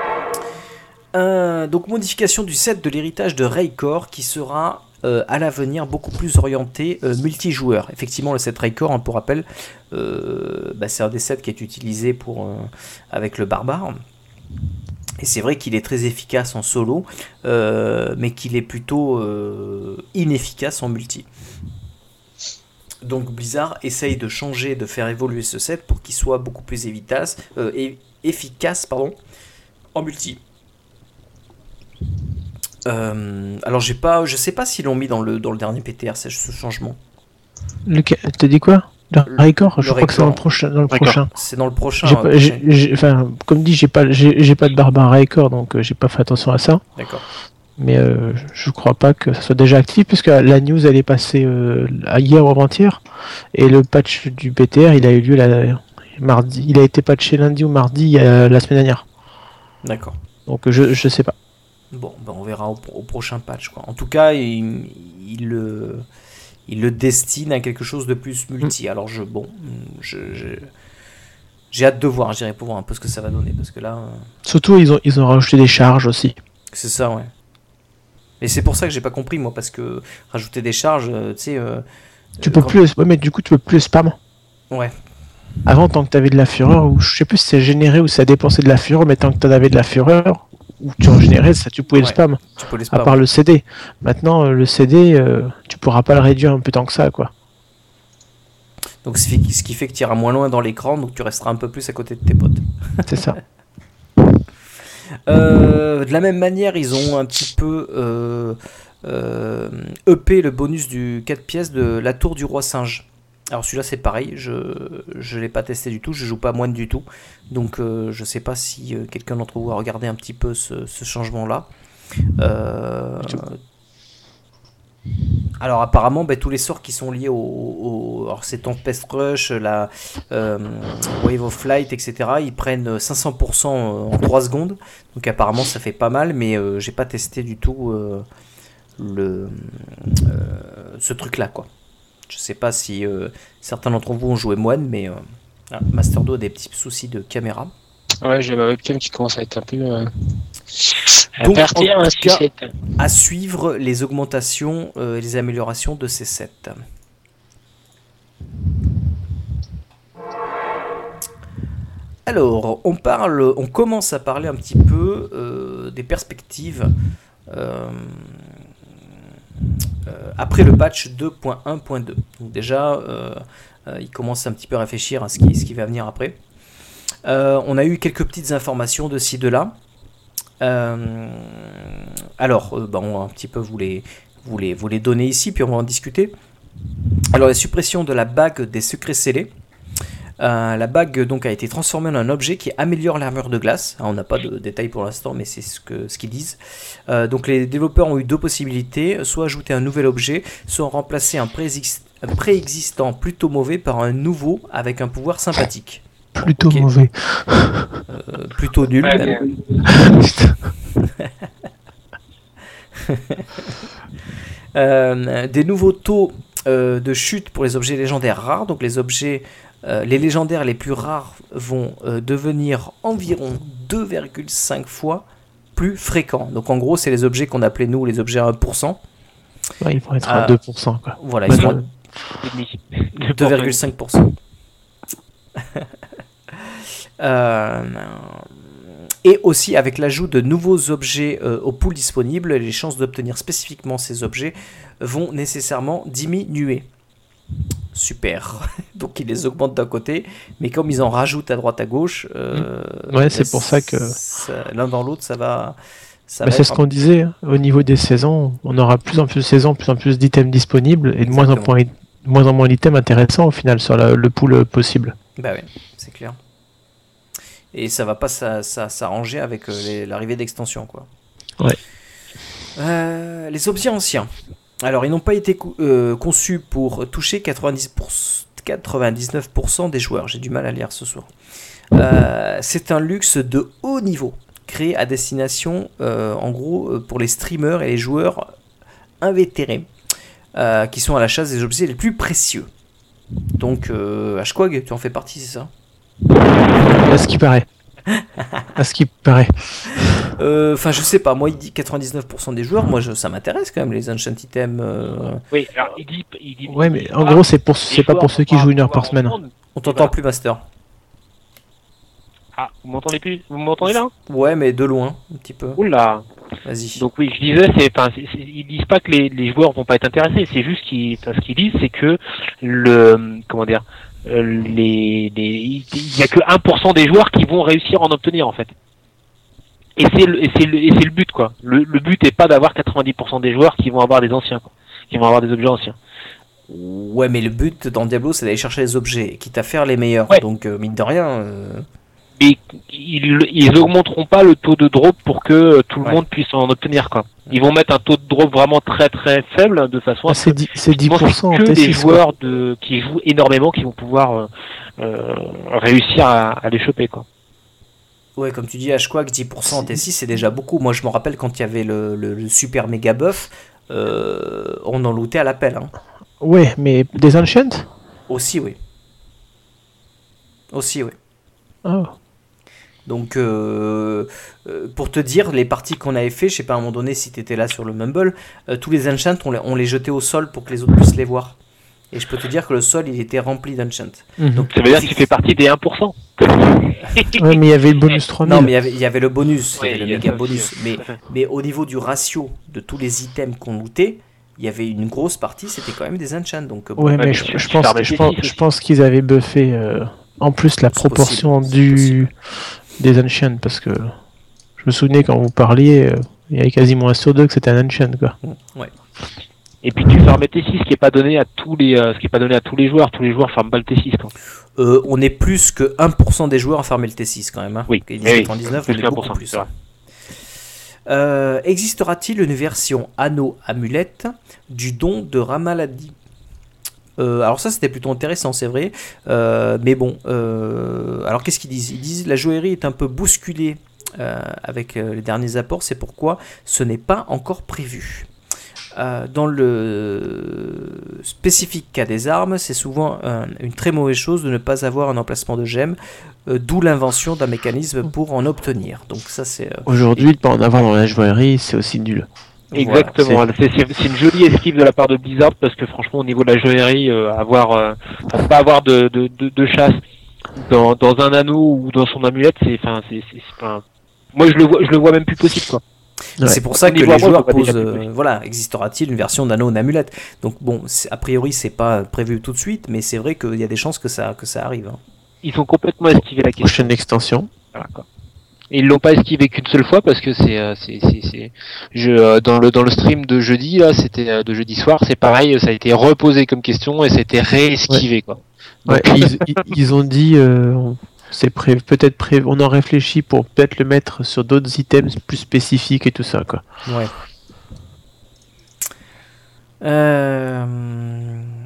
Euh, donc modification du set de l'héritage de Raikor qui sera euh, à l'avenir beaucoup plus orienté euh, multijoueur. Effectivement, le set Raikor, hein, pour rappel, euh, bah, c'est un des sets qui est utilisé pour, euh, avec le barbare. Et c'est vrai qu'il est très efficace en solo, euh, mais qu'il est plutôt euh, inefficace en multi. Donc Blizzard essaye de changer, de faire évoluer ce set pour qu'il soit beaucoup plus efficace, euh, et efficace pardon, en multi. Euh, alors j'ai pas, je sais pas s'ils l'ont mis dans le, dans le dernier P T R, ce changement. Lequel- T'as dit quoi? Le Le- Raikor? le Je crois que c'est dans le Raikor. prochain. Dans le Raikor. prochain. C'est dans le prochain. J'ai euh, pas- j'ai- prochain. j'ai- Enfin, comme dit, j'ai pas, j'ai j'ai pas de barbare Raikor, donc euh, j'ai pas fait attention à ça. D'accord. Mais euh, je crois pas que ça soit déjà actif, puisque la news elle est passée euh, hier ou avant-hier, et le patch du P T R il a eu lieu la, mardi, il a été patché lundi ou mardi euh, la semaine dernière. D'accord. Donc je je sais pas. Bon, ben on verra au, au prochain patch, quoi. En tout cas, il, il le, il le destine à quelque chose de plus multi. Alors je, bon, je, je- j'ai hâte de voir. J'irai pour voir un peu ce que ça va donner, parce que là, euh, Surtout ils ont ils ont rajouté des charges aussi. c'est ça, ouais. Et c'est pour ça que j'ai pas compris, moi, parce que rajouter des charges, euh, tu sais. euh, Tu euh, peux quand- plus, ouais, mais du coup tu peux plus spam. Ouais. Avant, tant que t'avais de la fureur, ou je sais plus si c'est généré ou ça dépensait de la fureur, mais tant que t'en avais de la fureur, ou tu en générais, ça tu pouvais le Ouais. spam. Tu peux les À spam. part le C D. Maintenant, euh, le C D, euh, tu pourras pas le réduire un peu tant que ça, quoi. Donc ce qui ce qui fait que tu iras moins loin dans l'écran, donc tu resteras un peu plus à côté de tes potes. C'est ça. Euh, de la même manière, ils ont un petit peu euh, euh, E P le bonus du quatre pièces de la tour du roi singe. Alors celui-là c'est pareil, je je l'ai pas testé du tout, je joue pas moine du tout, donc euh, je sais pas si euh, quelqu'un d'entre vous a regardé un petit peu ce, ce changement-là. Euh, alors apparemment, ben, tous les sorts qui sont liés au, au- alors c'est Tempest Rush, la euh, Wave of Light, et cetera. Ils prennent cinq cents pour cent en trois secondes, donc apparemment ça fait pas mal, mais euh, j'ai pas testé du tout euh, le euh, ce truc-là, quoi. Je sais pas si euh, certains d'entre vous ont joué moine, mais euh, ah, Masterdo a des petits soucis de caméra. Ouais, j'ai ma webcam qui commence à être un peu. Euh... à Donc, partir, en hein, tout cas- sucette. À suivre les augmentations euh, et les améliorations de ces sets. Alors, on parle, on commence à parler un petit peu euh, des perspectives euh, euh, après le patch deux point un point deux. Donc déjà, euh, euh, il commence un petit peu à réfléchir à ce qui, ce qui va venir après. Euh, on a eu quelques petites informations de ci de là. Euh, alors, euh, bah, on va un petit peu vous les, vous, les, vous les donner ici, puis on va en discuter. Alors, la suppression de la bague des secrets scellés. Euh, la bague donc, a été transformée en un objet qui améliore l'armure de glace. Alors, on n'a pas de détails pour l'instant, mais c'est ce, que, ce qu'ils disent. Euh, donc, les développeurs ont eu deux possibilités, soit ajouter un nouvel objet, soit remplacer un, préexist- préexistant plutôt mauvais par un nouveau avec un pouvoir sympathique. Plutôt Ok. mauvais. Euh, plutôt nul Ouais, même. Putain. Euh, des nouveaux taux euh, de chute pour les objets légendaires rares. Donc les objets, euh, les légendaires les plus rares vont euh, devenir environ deux virgule cinq fois plus fréquents. Donc en gros, c'est les objets qu'on appelait nous les objets à un pour cent. Ouais, ils vont être Ah. à deux pour cent quoi. Voilà, Bah, ils sont non. à demi. deux virgule cinq pour cent. Euh, et aussi avec l'ajout de nouveaux objets euh, au pool disponible, les chances d'obtenir spécifiquement ces objets vont nécessairement diminuer. Super. Donc ils les augmentent d'un côté, mais comme ils en rajoutent à droite à gauche, euh, Ouais, c'est bah, pour ça que- ça- l'un dans l'autre, ça va. Ça Bah, va c'est être ce un- qu'on disait, hein. Au niveau des saisons, on aura plus en plus de saisons, plus en plus d'items disponibles et de moins en, Exactement. moins, de moins en moins d'items intéressants au final sur la- le pool possible. Bah ouais, c'est clair. Et ça va pas s'a- s'a- s'arranger avec euh, les- l'arrivée d'extensions, quoi. Ouais. Euh, les objets anciens. Alors, ils n'ont pas été co- euh, conçus pour toucher quatre-vingt-dix pour cent quatre-vingt-dix-neuf pour cent des joueurs. J'ai du mal à lire ce soir. Euh, c'est un luxe de haut niveau, créé à destination, euh, en gros, euh, pour les streamers et les joueurs invétérés, euh, qui sont à la chasse des objets les plus précieux. Donc, euh, Ashquag, tu en fais partie, c'est ça? À ce qui paraît. À ce qui paraît. Euh, Enfin, je sais pas, moi il dit quatre-vingt-dix-neuf pour cent des joueurs, moi je, ça m'intéresse quand même les ancient items. euh, Oui, alors il dit. Il dit Ouais, il mais dit en pas, gros, c'est pour, les c'est pas joueurs pour ceux qui vont jouent une heure pouvoir par semaine. en prendre. On t'entend Voilà. plus, Master. Ah, vous m'entendez plus Vous m'entendez là Ouais, mais de loin, un petit peu. Oula. Vas-y. Donc oui, je disais, c'est, enfin, c'est- c'est- ils disent pas que les, les joueurs vont pas être intéressés. C'est juste qu'ils, enfin, ce qu'ils disent, c'est que le, comment dire, euh, les, les, il y a que un pour cent des joueurs qui vont réussir à en obtenir en fait. Et c'est le, et c'est le, et c'est le but quoi. Le, le but est pas d'avoir quatre-vingt-dix pour cent des joueurs qui vont avoir des anciens, quoi, qui vont avoir des objets anciens. Ouais, mais le but dans Diablo, c'est d'aller chercher les objets, quitte à faire les meilleurs. Ouais. Donc, euh, mine de rien. euh, Mais ils, ils augmenteront pas le taux de drop pour que euh, tout le Ouais. monde puisse en obtenir quoi. Ils vont mettre un taux de drop vraiment très très faible de façon à Ah, ce c'est dix c'est dix pour cent en que T six. des quoi. joueurs de, qui jouent énormément qui vont pouvoir euh, euh, réussir à, à les choper quoi. Ouais, comme tu dis, Ashquag, dix pour cent en T six, c'est déjà beaucoup. Moi, je me rappelle quand il y avait le, le- le super méga buff, euh, on en lootait à l'appel. Hein. Ouais, mais des enchants Aussi, oui. Aussi, oui. Oh. Donc, euh, euh, pour te dire, les parties qu'on avait fait, je sais pas à un moment donné si tu étais là sur le Mumble, euh, tous les enchants, on les, on les jetait au sol pour que les autres puissent les voir. Et je peux te dire que le sol, il était rempli d'enchants. Mhm. Donc, Ça veut dire que tu fais partie des un pour cent. Ouais, mais il y avait le bonus trois mille. non, mais il y avait- il y avait le bonus, il y Ouais, avait il le y a méga ça aussi, bonus. ouais. Mais, Tout à fait. mais au niveau du ratio de tous les items qu'on lootait, il y avait une grosse partie, c'était quand même des enchants. Donc, euh, bon, Ouais, Ouais, mais mais je, tu- je tu pense, permets je des pense, six je aussi. pense qu'ils avaient buffé euh, en plus la C'est proportion possible, c'est du possible. des enchants parce que je me souvenais quand vous parliez, euh, il y avait quasiment un sur deux que c'était un enchant quoi. ouais. Et puis tu fermes T six, ce qui est pas donné à tous les, euh, ce qui est pas donné à tous les joueurs. Tous les joueurs ferment pas le T six quoi. Euh, on est plus que un pour cent des joueurs à fermer le T six quand même. Hein. Oui, Ils disent mais oui, quatre-vingt-dix-neuf, plus on est qu'un beaucoup pour cent, plus. c'est vrai. Euh, existera-t-il une version anneau-amulette du don de Ramaladi? Euh, alors ça c'était plutôt intéressant, c'est vrai. Euh, mais bon, euh, alors qu'est-ce qu'ils disent? Ils disent la joaillerie est un peu bousculée euh, avec euh, les derniers apports, c'est pourquoi ce n'est pas encore prévu. Euh, dans le spécifique cas des armes, c'est souvent euh, une très mauvaise chose de ne pas avoir un emplacement de gemme, euh, d'où l'invention d'un mécanisme pour en obtenir. Donc ça c'est... euh, Aujourd'hui, de pas en avoir dans la joaillerie, c'est aussi nul. Exactement. C'est, c'est, c'est une jolie esquive de la part de Blizzard parce que franchement au niveau de la joaillerie, euh, avoir, euh, enfin, pas avoir de, de, de, de chasse dans, dans un anneau ou dans son amulette, c'est, enfin, c'est, c'est, c'est pas. Moi je le vois, je le vois même plus possible quoi. Ouais. C'est pour ça que Au niveau les armure, joueurs on va déjà posent, plus euh, possible. voilà, existera-t-il une version d'anneau en amulette? Donc bon, c'est- a priori c'est pas prévu tout de suite, mais c'est vrai qu'il y a des chances que ça, que ça arrive. hein. Ils ont complètement esquivé la question. Prochaine extension. Voilà, quoi. Et ils l'ont pas esquivé qu'une seule fois parce que c'est, euh, c'est, c'est, c'est, je, euh, dans le dans le stream de jeudi là, c'était euh, de jeudi soir, c'est pareil, ça a été reposé comme question et ça a été réesquivé quoi. Ouais, ils, ils- ils ont dit, euh, on- c'est pré- peut-être pré- on en réfléchit pour peut-être le mettre sur d'autres items plus spécifiques et tout ça quoi. Ouais. Euh,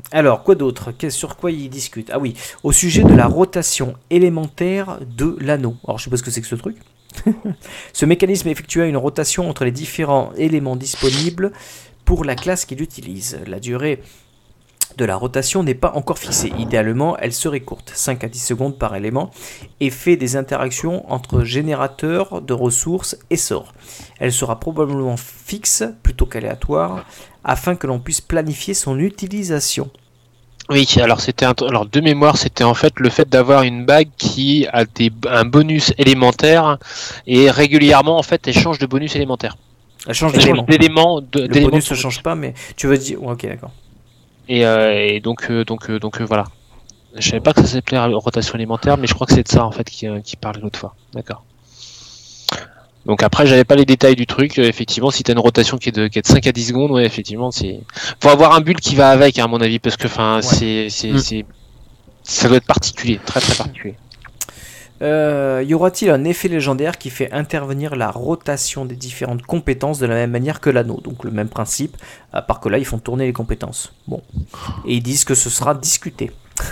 alors, quoi d'autre? Qu'est- Sur quoi ils discutent? Ah oui, au sujet de la rotation élémentaire de l'anneau. Alors, je sais pas ce que c'est que ce truc. Ce mécanisme effectue une rotation entre les différents éléments disponibles pour la classe qu'il utilise. La durée de la rotation n'est pas encore fixée. Idéalement, elle serait courte, cinq à dix secondes par élément, et fait des interactions entre générateurs de ressources et sorts. Elle sera probablement fixe plutôt qu'aléatoire, afin que l'on puisse planifier son utilisation. Oui, alors c'était un... alors de mémoire, c'était en fait le fait d'avoir une bague qui a des... un bonus élémentaire et régulièrement en fait elle change de bonus élémentaire. Elle change Elle change d'élément. d'éléments. De... Le d'éléments bonus de ne son- change pas, mais tu veux dire... ouais, ok, d'accord. Et, euh, et donc euh, donc euh, donc euh, voilà. Je savais pas que ça s'appelait rotation élémentaire, mais je crois que c'est de ça en fait qui, euh, qui parlait l'autre fois. D'accord. Donc après, j'avais pas les détails du truc. Euh, effectivement, si t'as une rotation qui est de, qui est de cinq à dix secondes, ouais, effectivement, c'est. Faut avoir un bulle qui va avec, hein, à mon avis, parce que, enfin, Ouais. c'est, c'est, Mm. c'est, ça doit être particulier, très très particulier. Euh, y aura-t-il un effet légendaire qui fait intervenir la rotation des différentes compétences de la même manière que l'anneau? Donc le même principe, à part que là, ils font tourner les compétences. Bon. Et ils disent que ce sera discuté.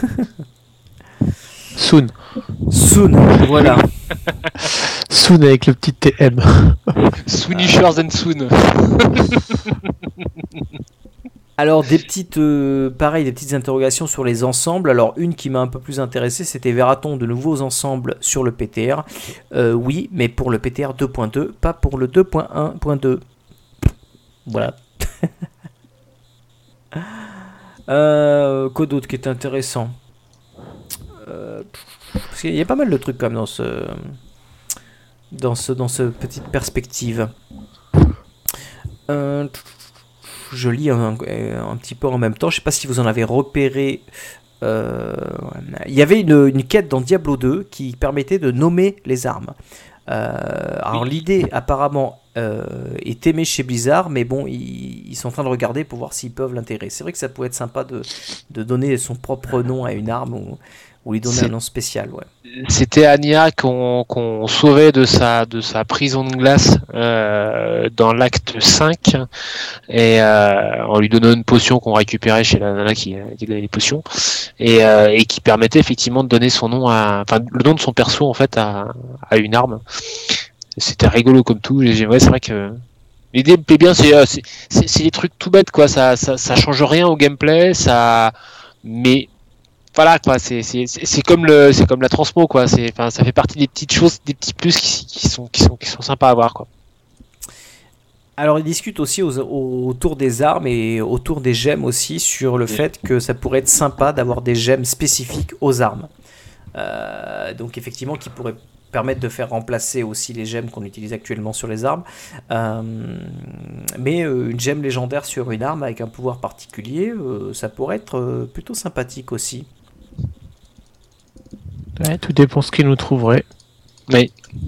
Soon. Soon, voilà. Soon avec le petit T M. Soonishers and soon. Alors des petites, euh, pareil, des petites interrogations sur les ensembles. Alors une qui m'a un peu plus intéressé, c'était verra-t-on de nouveaux ensembles sur le P T R? Euh, Oui, mais pour le P T R deux point deux, pas pour le deux point un point deux. Voilà. euh, quoi d'autre qui est intéressant? Euh, parce qu'il y a pas mal de trucs comme dans ce, dans ce, dans cette petite perspective. Euh, je lis un, un petit peu en même temps. Je sais pas si vous en avez repéré. Euh, il y avait une, une quête dans Diablo deux qui permettait de nommer les armes. Euh, alors l'idée apparemment euh, est aimée chez Blizzard, mais bon, ils, ils sont en train de regarder pour voir s'ils peuvent l'intégrer. C'est vrai que ça pourrait être sympa de, de donner son propre nom à une arme ou, ou lui donner C'est- un nom spécial. Ouais. C'était Anya qu'on, qu'on sauvait de sa, de sa prison de glace euh, dans l'acte cinq, et euh, en lui donnant une potion qu'on récupérait chez la nana qui, qui donnait les potions, et, euh, et qui permettait effectivement de donner son nom à, enfin le nom de son perso en fait à, à une arme. C'était rigolo comme tout. Et j'ai- ouais, c'est vrai que l'idée me plaît bien. C'est, euh, c'est, c'est, c'est des trucs tout bêtes quoi. Ça, ça, ça change rien au gameplay. Ça, mais voilà quoi. C'est, c'est, c'est c'est comme le, c'est comme la transmo quoi. C'est, enfin, ça fait partie des petites choses, des petits plus qui, qui sont, qui sont, qui sont sympas à voir quoi. Alors ils discutent aussi aux- aux- autour des armes et autour des gemmes aussi sur le Oui. fait que ça pourrait être sympa d'avoir des gemmes spécifiques aux armes. Euh, donc effectivement qui pourraient permettre de faire remplacer aussi les gemmes qu'on utilise actuellement sur les armes. Euh, mais euh, une gemme légendaire sur une arme avec un pouvoir particulier, euh, ça pourrait être euh, plutôt sympathique aussi. Ouais, tout dépend ce qu'il nous trouverait. Mais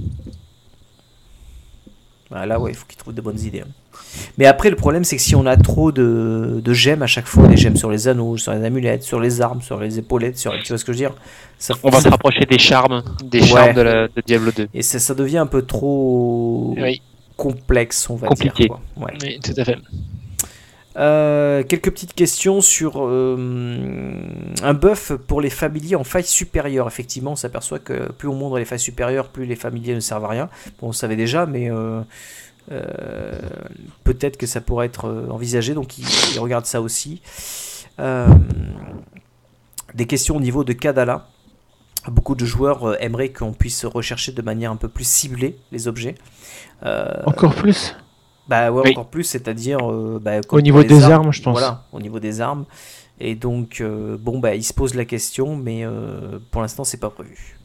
Voilà, là, ouais, il faut qu'ils trouvent de bonnes idées. hein. Mais après, le problème, c'est que si on a trop de, de gemmes à chaque fois, des gemmes sur les anneaux, sur les amulettes, sur les armes, sur les épaulettes, sur, tu vois ce que je veux dire? Ça, on va se ça- rapprocher des charmes, des Ouais. charmes de, la, de Diablo deux. Et ça, ça devient un peu trop Oui, complexe, on va Compliqué. dire. Quoi. Ouais. oui, tout à fait. Euh, quelques petites questions sur euh, un buff pour les familiers en faille supérieure. Effectivement, on s'aperçoit que plus on monte dans les failles supérieures, plus les familiers ne servent à rien. Bon, on le savait déjà, mais euh, euh, peut-être que ça pourrait être euh, envisagé. Donc, ils, ils regardent ça aussi. Euh, des questions au niveau de Kadala. Beaucoup de joueurs euh, aimeraient qu'on puisse rechercher de manière un peu plus ciblée les objets. Euh, Encore plus. Bah ouais, Oui. encore plus, c'est-à-dire euh, bah, comme Au niveau pour les des armes, je pense. Voilà, au niveau des armes. Et donc, euh, bon, bah, ils se posent la question, mais euh, pour l'instant, c'est pas prévu.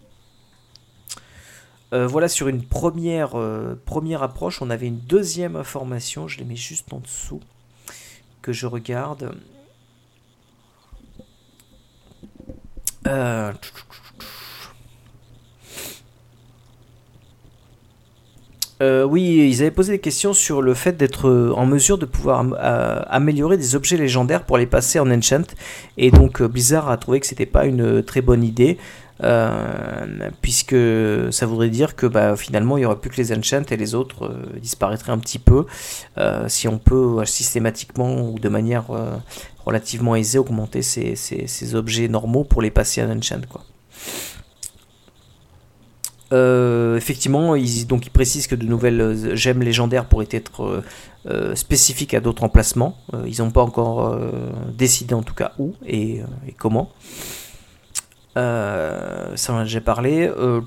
Euh, voilà, sur une première, euh, première approche, on avait une deuxième information, je les mets juste en dessous, que je regarde. Euh... Euh, oui, ils avaient posé des questions sur le fait d'être euh, en mesure de pouvoir am- euh, améliorer des objets légendaires pour les passer en enchant. Et donc euh, Blizzard a trouvé que c'était pas une euh, très bonne idée. euh, puisque ça voudrait dire que bah, finalement il n'y aurait plus que les enchants et les autres euh, disparaîtraient un petit peu, euh, si on peut euh, systématiquement ou de manière euh, relativement aisée augmenter ces, ces, ces objets normaux pour les passer en enchant, quoi. Euh, effectivement, ils, donc ils précisent que de nouvelles gemmes légendaires pourraient être euh, euh, spécifiques à d'autres emplacements. Euh, ils n'ont pas encore euh, décidé en tout cas où et, euh, et comment. Euh, ça on a déjà parlé. Euh,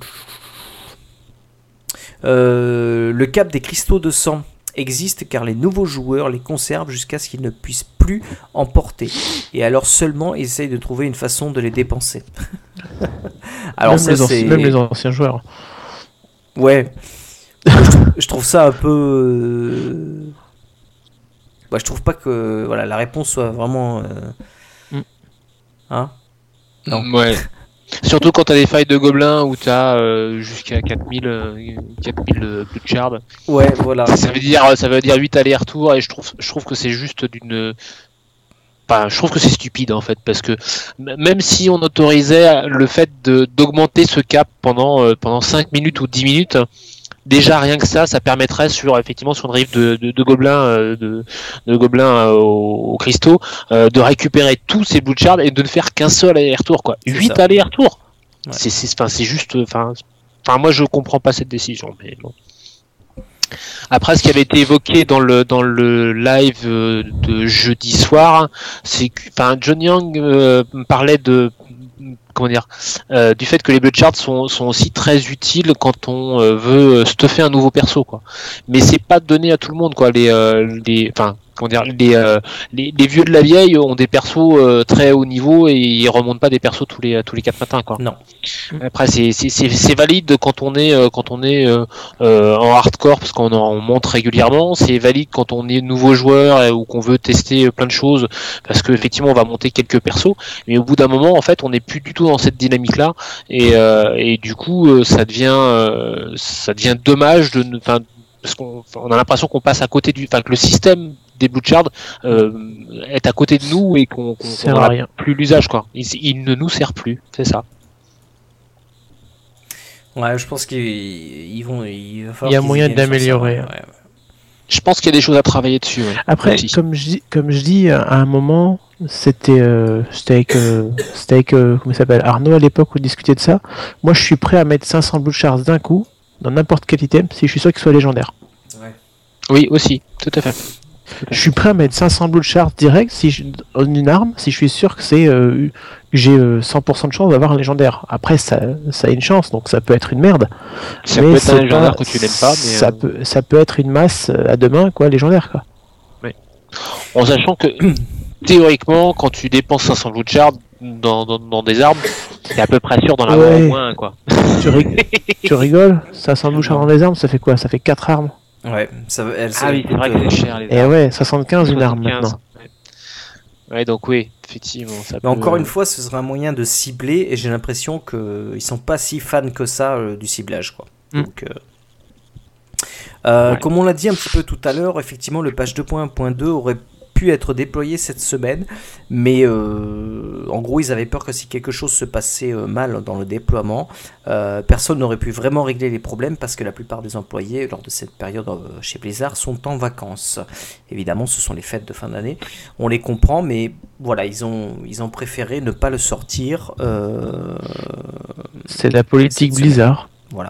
euh, le cap des cristaux de sang existe car les nouveaux joueurs les conservent jusqu'à ce qu'ils ne puissent plus en porter. Et alors seulement ils essayent de trouver une façon de les dépenser. Alors même, ça, les anci- c'est... même les anciens joueurs. Ouais. Je trouve ça un peu... Euh... Bah, je trouve pas que voilà, la réponse soit vraiment... Euh... Mm. Hein Non. Ouais. Surtout quand t'as des failles de gobelins où t'as euh, jusqu'à quatre mille, euh, quatre mille euh, Bloodshard. Ouais, voilà. Ça veut dire, ça veut dire huit allers-retours et je trouve, je trouve que c'est juste d'une... Enfin, je trouve que c'est stupide en fait, parce que m- même si on autorisait le fait de, d'augmenter ce cap pendant, euh, pendant cinq minutes ou dix minutes, déjà rien que ça, ça permettrait sur effectivement sur une rive de, de, de gobelins, euh, de, de gobelins euh, aux, aux cristaux, euh, de récupérer tous ces Bloodshard et de ne faire qu'un seul aller-retour, quoi. C'est huit ça. allers-retours. Ouais. C'est, c'est, enfin, c'est juste, enfin, enfin, moi je comprends pas cette décision, mais bon. Après, ce qui avait été évoqué dans le dans le live euh, de jeudi soir, c'est que, enfin, John Young euh, parlait de comment dire, euh, du fait que les Bloodshard sont sont aussi très utiles quand on euh, veut stuffer un nouveau perso, quoi. Mais c'est pas donné à tout le monde, quoi. Les euh, les, enfin, comment dire, les, euh, les les vieux de la vieille ont des persos euh, très haut niveau et ils remontent pas des persos tous les tous les quatre matins, quoi. Non. Après, c'est c'est c'est c'est valide quand on est euh, quand on est euh, euh, en hardcore parce qu'on en monte régulièrement. C'est valide quand on est nouveau joueur euh, ou qu'on veut tester euh, plein de choses parce que effectivement on va monter quelques persos. Mais au bout d'un moment, en fait, on n'est plus du tout dans cette dynamique-là et euh, et du coup, euh, ça devient euh, ça devient dommage de ne, enfin, parce qu'on on a l'impression qu'on passe à côté du, enfin que le système des Bloodshard euh, est à côté de nous et qu'on qu'on Sert qu'on à a rien. plus l'usage, quoi. Il, il ne nous sert plus, c'est ça. Ouais, je pense qu'ils ils vont... Il, va falloir Il y a qu'ils moyen y viennent sur ça, d'améliorer. ouais, ouais. Je pense qu'il y a des choses à travailler dessus. Ouais. Après, Aussi. comme je dis, comme je dis, à un moment, c'était, euh, c'était avec, euh, c'était avec euh, comment il s'appelle, Arnaud à l'époque où on discutait de ça. Moi, je suis prêt à mettre cinq cents Bloodshard d'un coup dans n'importe quel item si je suis sûr qu'il soit légendaire. Ouais. Oui, aussi, tout à fait. Je suis prêt à mettre cinq cents Bloodshard direct si je, en une arme si je suis sûr que c'est euh, que j'ai euh, cent pour cent de chance d'avoir un légendaire. Après, ça, ça a une chance, donc ça peut être une merde. Ça Mais peut être c'est un légendaire pas- que tu n'aimes pas, mais ça euh, peut, ça peut être une masse euh, à demain, quoi, légendaire, quoi. en sachant que théoriquement, quand tu dépenses cinq cents Bloodshard dans, dans, dans des armes, t'es à peu près sûr d'en avoir Ouais. au moins, quoi. tu, rig- tu rigoles, cinq cents Bloodshard dans les armes, ça fait quoi? Ça fait quatre armes. Ouais, ça, elle, Ah oui, c'est vrai que c'est cher les Et armes. ouais, soixante-quinze une arme soixante-quinze, maintenant. Ouais. Ouais, donc oui, effectivement. Ça Mais peut, encore euh, une fois, ce serait un moyen de cibler et j'ai l'impression qu'ils sont pas si fans que ça euh, du ciblage, quoi. Mm. Donc, euh, euh, Ouais. comme on l'a dit un petit peu tout à l'heure, effectivement, le patch deux point un point deux aurait pu être déployé cette semaine, mais euh, en gros, ils avaient peur que si quelque chose se passait euh, mal dans le déploiement, euh, personne n'aurait pu vraiment régler les problèmes parce que la plupart des employés, lors de cette période euh, chez Blizzard, sont en vacances. Évidemment, ce sont les fêtes de fin d'année, on les comprend, mais voilà, ils ont, ils ont préféré ne pas le sortir. Euh, C'est la politique Cette Blizzard. voilà.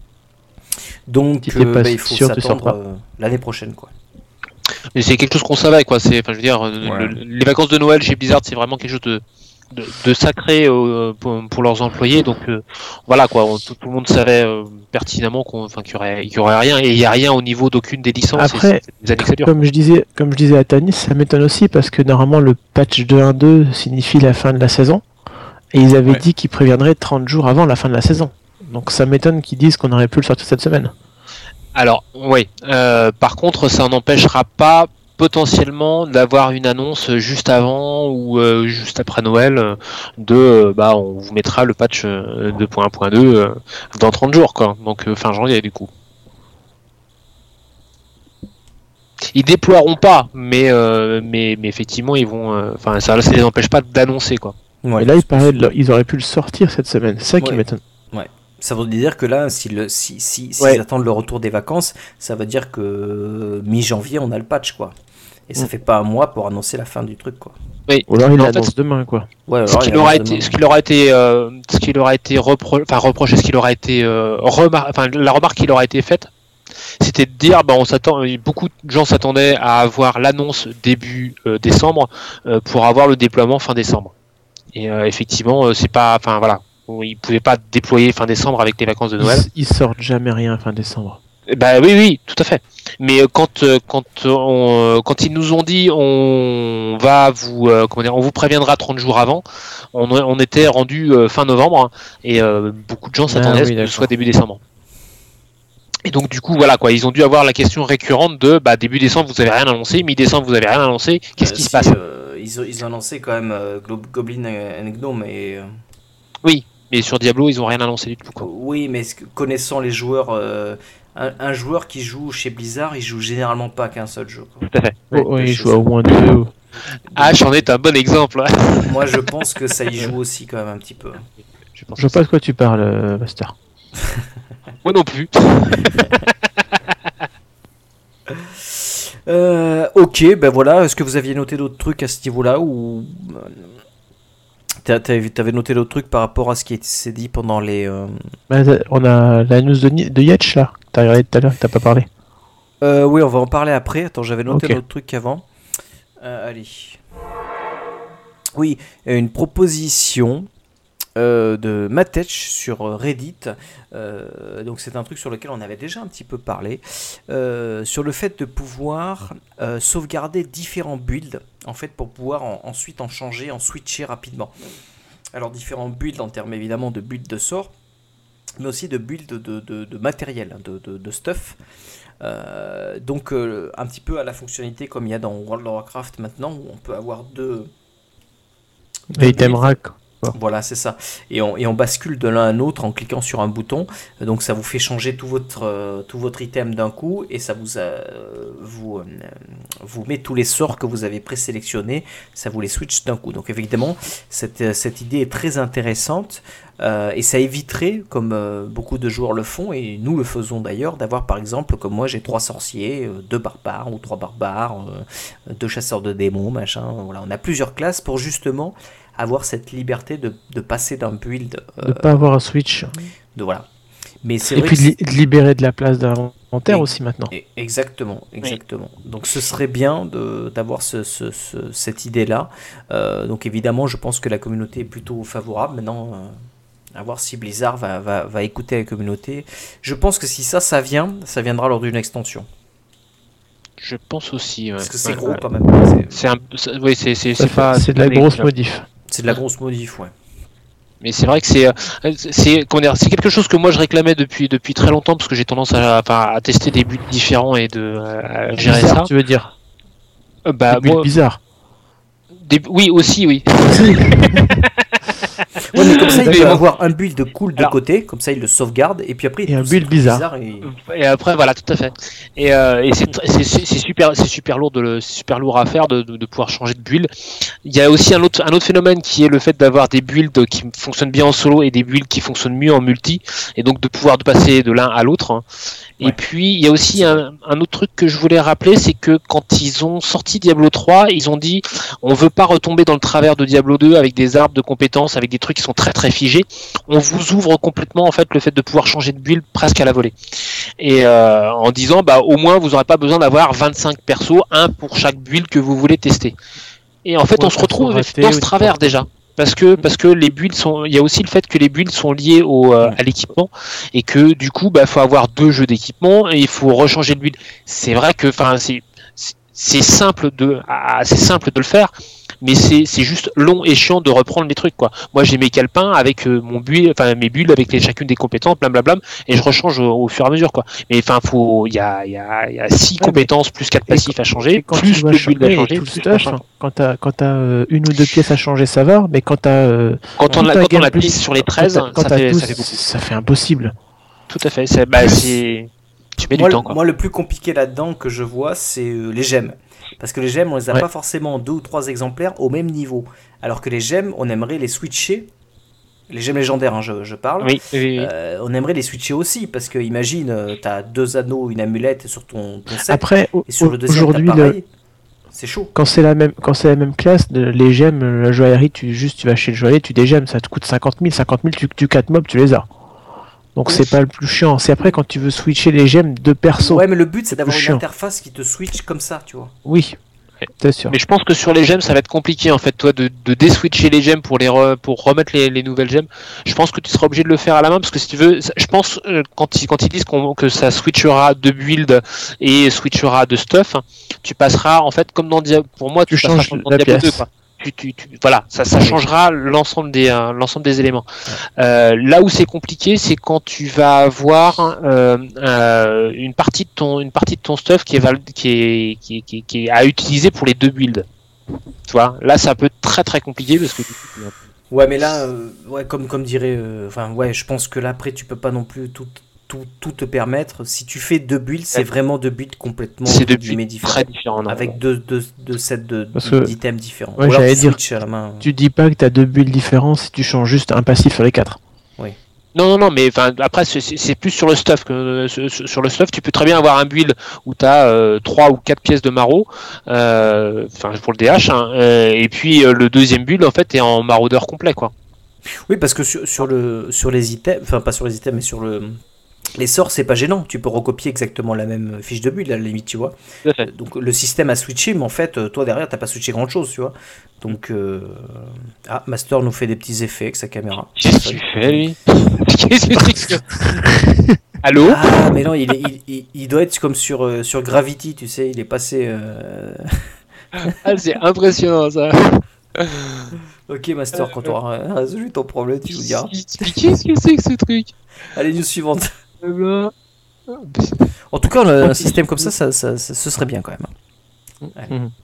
Donc, Si t'es euh, pas bah, il faut sûr, tu s'attendre sors pas. euh, l'année prochaine, quoi. Mais c'est quelque chose qu'on savait, quoi. C'est, enfin, je veux dire, euh, Ouais. le- les vacances de Noël chez Blizzard, c'est vraiment quelque chose de, de, de sacré euh, pour, pour leurs employés. Donc euh, voilà, quoi. On- tout, tout le monde savait euh, pertinemment qu'on, enfin, qu'il y aurait, qu'il y aurait rien, et il y a rien au niveau d'aucune des licences. Après, et c'est des années que ça dure. Comme je disais, comme je disais à Tanis, ça m'étonne aussi parce que normalement le patch deux point un point deux signifie la fin de la saison et ils avaient Ouais. dit qu'ils préviendraient trente jours avant la fin de la saison. Donc ça m'étonne qu'ils disent qu'on aurait pu le sortir cette semaine. Alors, oui. Euh, par contre, ça n'empêchera pas potentiellement d'avoir une annonce juste avant ou euh, juste après Noël euh, de euh, bah on vous mettra le patch euh, deux point un point deux euh, dans trente jours, quoi. Donc euh, fin janvier, du coup. Ils déploieront pas, mais euh, mais mais effectivement ils vont, enfin ça, ça les empêche pas d'annoncer, quoi. Ouais, Et là, il paraît, de- ils auraient pu le sortir cette semaine. C'est ça qui Ouais. m'étonne. Ça veut dire que là, s'ils le- si, si, s'ils Ouais. attendent le retour des vacances, ça veut dire que euh, mi-janvier, on a le patch, quoi. Et ça Mm. fait pas un mois pour annoncer la fin du truc, quoi. Oui. Ou alors il Mais en fait, l'annonce demain, quoi. Ouais, ce alors, qui il leur a annonce été, demain. ce qui leur a été, euh, ce qui leur a été repro- enfin reproché, ce qui leur a été euh, remar- enfin la remarque qui leur a été faite, c'était de dire, bah on s'attend, beaucoup de gens s'attendaient à avoir l'annonce début euh, décembre euh, pour avoir le déploiement fin décembre. Et euh, effectivement, euh, c'est pas, enfin voilà, ils pouvaient pas déployer fin décembre avec les vacances de Noël. Ils, ils sortent jamais rien fin décembre. Bah oui, oui, tout à fait. Mais euh, quand euh, quand on, euh, quand ils nous ont dit on va vous euh, comment dire, on vous préviendra trente jours avant, on, on était rendu euh, fin novembre hein, et euh, beaucoup de gens s'attendaient Ah à ce oui, que ce d'accord. soit début décembre. Et donc du coup voilà quoi, ils ont dû avoir la question récurrente de bah début décembre vous avez rien annoncé, mi-décembre vous avez rien annoncé, qu'est-ce Euh, qui si, se passe euh, ils, ont, ils ont annoncé quand même euh, Glo- Goblin and Gnome et... euh, Oui, mais sur Diablo ils ont rien annoncé du tout quoi. Oui, mais ce que- connaissant les joueurs, euh, un, un joueur qui joue chez Blizzard, il joue généralement pas qu'un seul jeu, quoi. Tout à fait. Oh, Ouais, oui, deux il choses. joue au moins deux. Ah j'en ai un bon exemple. Moi, je pense que ça y joue aussi quand même un petit peu. Je pense Je vois pas de quoi tu parles, euh, Master. Moi non plus. Euh, ok, ben voilà. Est-ce que vous aviez noté d'autres trucs à ce niveau-là ou T'as- t'avais t'avais noté d'autres trucs par rapport à ce qui s'est dit pendant les. euh, Bah, on a la news de, Ni- de Yetch là. T'as regardé tout à l'heure, t'as pas parlé. Euh, oui, on va en parler après. Attends, j'avais noté Ok. d'autres trucs avant. Euh, allez. Oui, une proposition euh, de Matech sur Reddit. Euh, donc c'est un truc sur lequel on avait déjà un petit peu parlé. Euh, sur le fait de pouvoir euh, sauvegarder différents builds, en fait, pour pouvoir en- ensuite en changer, en switcher rapidement. Alors différents builds en termes évidemment de builds de sort, mais aussi de builds de, de, de- de matériel, de, de, de stuff. Euh, donc euh, un petit peu à la fonctionnalité comme il y a dans World of Warcraft maintenant, où on peut avoir deux... deux Et il t'aimera. builds. Voilà, c'est ça. Et on, et on bascule de l'un à l'autre en cliquant sur un bouton. Donc ça vous fait changer tout votre, euh, tout votre item d'un coup et ça vous, euh, vous, euh, vous met tous les sorts que vous avez présélectionnés. Ça vous les switch d'un coup. Donc évidemment, cette, cette idée est très intéressante euh, et ça éviterait, comme euh, beaucoup de joueurs le font, et nous le faisons d'ailleurs, d'avoir par exemple, comme moi j'ai trois sorciers, euh, deux barbares ou trois barbares, euh, deux chasseurs de démons, machin. Voilà, on a plusieurs classes pour justement avoir cette liberté de, de passer d'un build euh, De pas avoir un switch. de voilà. Mais c'est Et vrai puis que de, li- de libérer de la place d'inventaire Et- aussi maintenant. c'est- exactement, exactement. Donc ce serait bien de d'avoir ce, ce- ce- cette idée-là. Euh, donc évidemment, je pense que la communauté est plutôt favorable. Maintenant, euh, à voir si Blizzard va, va, va écouter la communauté. Je pense que si ça, ça vient, ça viendra lors d'une extension. Je pense aussi. Ouais. Parce que c'est Ouais, gros ouais. quand même. C'est- C'est un, c'est- oui, c'est c'est Ça c'est fait- pas. C'est de la pas grosse négligeable. modif. C'est de la grosse modif, ouais. Mais c'est vrai que c'est euh, c'est comment dire, c'est quelque chose que moi je réclamais depuis depuis très longtemps parce que j'ai tendance à, enfin, à tester des buts différents et de à gérer Bizarre, ça. tu veux dire. Euh, Bah Des builds moi, bizarres. des- oui aussi oui. Ouais, mais comme ça, il Mais peut bon. avoir un build cool de Alors- côté, comme ça, il le sauvegarde, et puis après, Et un tout build ce bizarre. il- Et après voilà tout à fait. Et, euh, et c'est tr- c'est c'est- c'est super c'est super lourd de le c'est super lourd à faire de, de, de pouvoir changer de build. Il y a aussi un autre un autre phénomène qui est le fait d'avoir des builds qui fonctionnent bien en solo et des builds qui fonctionnent mieux en multi et donc de pouvoir de passer de l'un à l'autre. hein. Et Ouais. puis il y a aussi un, un autre truc que je voulais rappeler, c'est que quand ils ont sorti Diablo trois, ils ont dit on veut pas retomber dans le travers de Diablo deux avec des arbres de compétences, avec des trucs qui sont très très figés. On vous ouvre complètement en fait le fait de pouvoir changer de build presque à la volée. Et euh, en disant bah au moins vous n'aurez pas besoin d'avoir vingt-cinq persos, un pour chaque build que vous voulez tester. Et en fait Ouais, on se retrouve raté dans ou ce des travers portes. déjà. Parce que parce que les builds sont, il y a aussi le fait que les builds sont liés au euh, à l'équipement et que du coup bah faut avoir deux jeux d'équipement et il faut rechanger de build. C'est vrai que enfin c'est c'est- c'est simple de ah, c'est simple de le faire, mais c'est c'est juste long et chiant de reprendre les trucs quoi. Moi j'ai mes calepins avec euh, mon build, enfin mes builds avec les, chacune des compétences, blablabla, et je rechange au, au fur et à mesure quoi. Mais enfin faut il y a il y a il y a six mais- compétences plus quatre et passifs à changer, Et quand plus tu vas le build à changer et changer. tout le plus stuff, machin. hein, quand t'as quand t'as euh, une ou deux pièces à changer, ça va, mais quand t'as euh, Quand on toute a ta quand on a gameplay- dix sur les quand treize, t'as- quand ça t'as fait douze, ça fait beaucoup. ça fait impossible. Tout à fait, c'est bah, c'est tu mets Moi, du le- temps quoi. moi, le plus compliqué là-dedans que je vois, c'est euh, les gemmes. Parce que les gemmes, on les a Ouais. pas forcément en deux ou trois exemplaires au même niveau. Alors que les gemmes, on aimerait les switcher. Les gemmes légendaires, hein, je, je parle. Oui, oui, oui. Euh, on aimerait les switcher aussi. Parce que imagine, euh, t'as deux anneaux, une amulette sur ton, ton set. Après, au- et sur le deuxième, aujourd'hui, t'as le- pareil. C'est chaud. quand c'est la même, quand c'est la même classe, de- les gemmes, la joaillerie, tu juste tu vas chez le joaillier, tu dégemmes, ça te coûte cinquante mille, cinquante mille, tu tu quatre mobs, tu les as. Donc Oui. c'est pas le plus chiant. C'est après quand tu veux switcher les gemmes de perso. Ouais, mais le but, c'est d'avoir une chiant. interface qui te switch comme ça, tu vois. Oui, c'est sûr. Mais je pense que sur les gemmes, ça va être compliqué en fait, toi, de, de déswitcher les gemmes pour les re- pour remettre les, les nouvelles gemmes. Je pense que tu seras obligé de le faire à la main parce que si tu veux, ça- je pense euh, quand ils quand ils disent qu'on, que ça switchera de build et switchera de stuff, hein, tu passeras en fait comme dans Diablo. Pour moi, tu, Tu passeras changes comme dans la Diablo pièce. deux, quoi. Tu, tu, tu- voilà, ça, ça changera l'ensemble des euh, l'ensemble des éléments. Euh, là où c'est compliqué, c'est quand tu vas avoir euh, euh, une partie de ton une partie de ton stuff qui est val- qui est qui est, qui est, qui est à utiliser pour les deux builds. Tu vois, là c'est un peu très très compliqué parce que du coup, tu as- Ouais, mais là, euh, ouais, comme, comme dirait. euh, Enfin, ouais, je pense que là, après, tu peux pas non plus tout, tout, tout te permettre. Si tu fais deux builds, c'est Ouais. vraiment deux builds complètement c'est deux guillemets, builds différents. très différents. non. Avec deux, deux, deux sets de, Parce que- d'items différents. Ouais, Ou alors j'allais tu dire- switches à la main. Tu dis pas que t'as deux builds différents si tu changes juste un passif sur les quatre. Non non non, mais enfin après c'est, c'est c'est plus sur le stuff que euh, sur, sur le stuff tu peux très bien avoir un build où tu as trois ou quatre pièces de maraud, euh, enfin pour le D H, hein, euh, et puis euh, le deuxième build en fait est en maraudeur complet quoi. Oui, parce que sur, sur, le, sur les items, enfin pas sur les items, mais sur le, les sorts, c'est pas gênant. Tu peux recopier exactement la même fiche de build à la limite, tu vois. Tout à fait. Donc le système a switché, mais en fait, euh, toi derrière, t'as pas switché grand chose, tu vois. Donc, euh... ah, Master nous fait des petits effets avec sa caméra. Qu'est-ce qu'il fait lui? Qu'est-ce que c'est que Allô? Ah, mais non, il, est, il, il, il doit être comme sur, euh, sur Gravity, tu sais, il est passé. euh, Ah, c'est impressionnant ça. Ok, Master, quand tu auras résolu ton problème, tu nous diras. Qu'est-ce que c'est que ce truc? Allez, news suivante. Blablabla. En tout cas, un système comme ça, ça, ça, ça- ce serait bien quand même. Ouais. Mhm.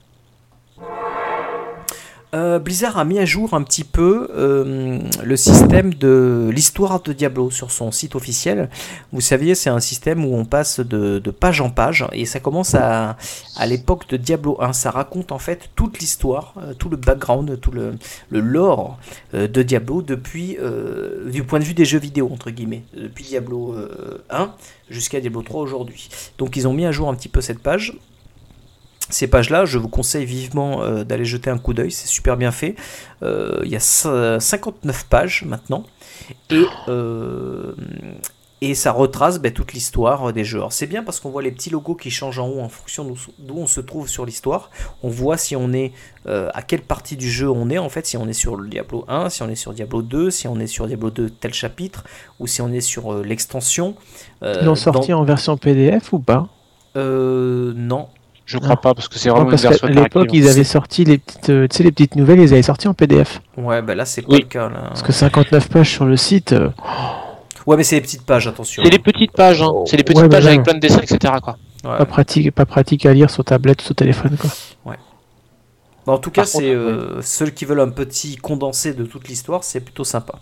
Euh, Blizzard a mis à jour un petit peu euh, le système de l'histoire de Diablo sur son site officiel. Vous saviez, c'est un système où on passe de, de page en page et ça commence à, à l'époque de Diablo un. Ça raconte en fait toute l'histoire, euh, tout le background, tout le, le lore euh, de Diablo depuis euh, du point de vue des jeux vidéo entre guillemets, depuis Diablo euh, un jusqu'à Diablo trois aujourd'hui. Donc ils ont mis à jour un petit peu cette page. Ces pages-là, je vous conseille vivement euh, d'aller jeter un coup d'œil, c'est super bien fait. Euh, Il y a cinquante-neuf pages maintenant, et, euh, et ça retrace ben, toute l'histoire des jeux. Alors, c'est bien parce qu'on voit les petits logos qui changent en haut en fonction d'où d'où on se trouve sur l'histoire. On voit si on est euh, à quelle partie du jeu on est, en fait, si on est sur le Diablo un, si on est sur Diablo deux, si on est sur Diablo deux tel chapitre, ou si on est sur euh, l'extension. Euh, Ils l'ont sorti dans- en version P D F ou pas? Euh, non. Je crois pas parce que c'est Non, vraiment parce une version qu'à l'époque, interactive. ils avaient sorti les petites, euh, tu sais, les petites nouvelles, ils les avaient sorties en P D F. Ouais, ben là, c'est pas Oui. le cas. Là. Parce que cinquante-neuf pages sur le site, euh, Ouais, mais c'est les petites pages, attention. C'est les petites pages, hein. C'est les petites Ouais, mais pages là- avec plein de dessins, et cetera quoi. Ouais. pas pratique, pas pratique à lire sur tablette ou sur téléphone, quoi. Bah, en tout cas, Par contre, c'est euh, ceux qui veulent un petit condensé de toute l'histoire, c'est plutôt sympa.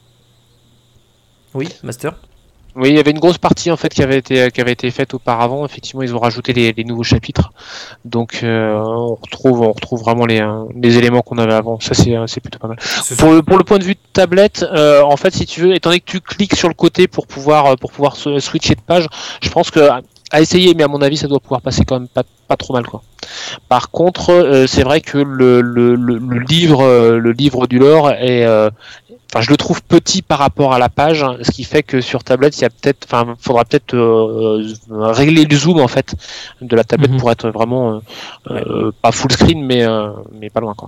Oui, Master. Oui, il y avait une grosse partie en fait qui avait été qui avait été faite auparavant. Effectivement, ils ont rajouté les, les nouveaux chapitres, donc euh, on retrouve on retrouve vraiment les, euh, les éléments qu'on avait avant. Ça c'est euh, c'est plutôt pas mal. Ce Pour le pour le point de vue de tablette, euh, en fait, si tu veux, étant donné que tu cliques sur le côté pour pouvoir euh, pour pouvoir se- switcher de page, je pense que à essayer, mais à mon avis, ça doit pouvoir passer quand même pas pas trop mal quoi. Par contre, euh, c'est vrai que le le, le, le livre euh, le livre du lore est euh, Enfin, je le trouve petit par rapport à la page, hein, ce qui fait que sur tablette, il y a peut-être, enfin, faudra peut-être euh, régler le zoom en fait de la tablette Mhm. pour être vraiment euh, euh, pas full screen, mais euh, mais pas loin quoi.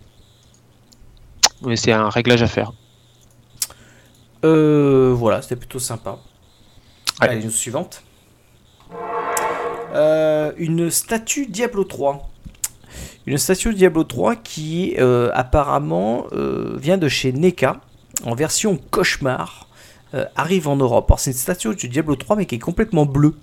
Mais c'est un réglage à faire. Euh, voilà, c'était plutôt sympa. Allez. Allez, news suivante. Euh, une statue Diablo trois. Une statue Diablo trois qui euh, apparemment euh, vient de chez N E C A en version cauchemar. Euh, arrive en Europe. Alors c'est une statue du Diablo trois mais qui est complètement bleue.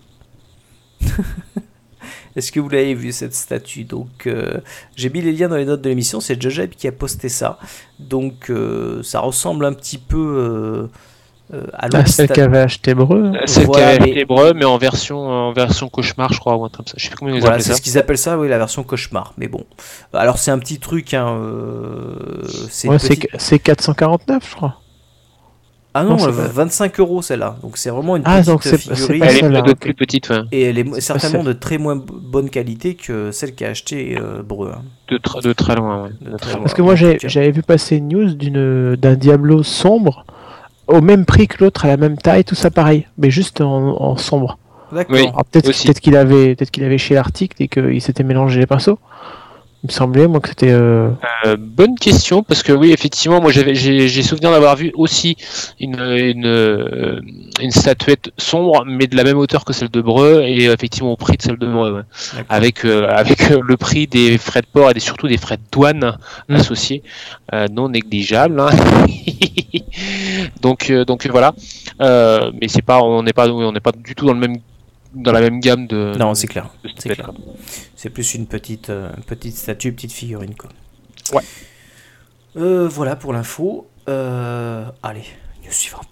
Est-ce que vous l'avez vu cette statue? Donc euh, j'ai mis les liens dans les notes de l'émission. C'est Jojab qui a posté ça. Donc euh, ça ressemble un petit peu. Euh, euh, à Ah, l'autre celle stade. qui avait acheté Breu. Celle Voilà, qui avait mais- acheté Breu, mais en version, en version cauchemar, je crois, ou un truc comme ça. Je sais plus comment ils Voilà, appellent c'est ça. ce qu'ils appellent ça, oui, la version cauchemar. Mais bon, alors c'est un petit truc, hein. euh, c'est une Ouais, c'est petite- c'est quatre cent quarante-neuf, je crois. Ah non, non, c'est euh, pas- vingt-cinq euros celle-là. Donc c'est vraiment une Ah, petite donc c'est- c'est figurine. pas Elle est celle-là, de ok. plus petite, ouais. Et elle est C'est certainement pas de très moins b- bonne qualité que celle qui a acheté euh, Breu. hein. de, tra- de très loin. Ouais. De De très très loin. Parce que moi, en j'ai- tout cas. j'avais vu passer une news d'une d'un Diablo sombre, au même prix que l'autre, à la même taille, tout ça pareil, mais juste en, en sombre. D'accord. Oui. Alors peut-être Aussi. peut-être qu'il avait peut-être qu'il avait chez l'article et qu'il s'était mélangé les pinceaux. Il me semblait moi que c'était. Euh... Euh, bonne question, parce que oui, effectivement, moi j'avais j'ai j'ai souvenir d'avoir vu aussi une, une, euh, une statuette sombre, mais de la même hauteur que celle de Breu, et euh, effectivement au prix de celle de Breu, ouais. D'accord. avec euh, avec euh, le prix des frais de port et des- surtout des frais de douane Mm. associés, euh, non négligeables. hein. donc euh, donc voilà, euh, mais c'est pas on n'est pas on n'est pas du tout dans le même dans la même gamme de. Non, c'est clair. de C'est statuettes, clair. C'est plus une petite, euh, petite statue, petite figurine, quoi. Ouais. Euh, voilà pour l'info. Euh, allez, news suivante.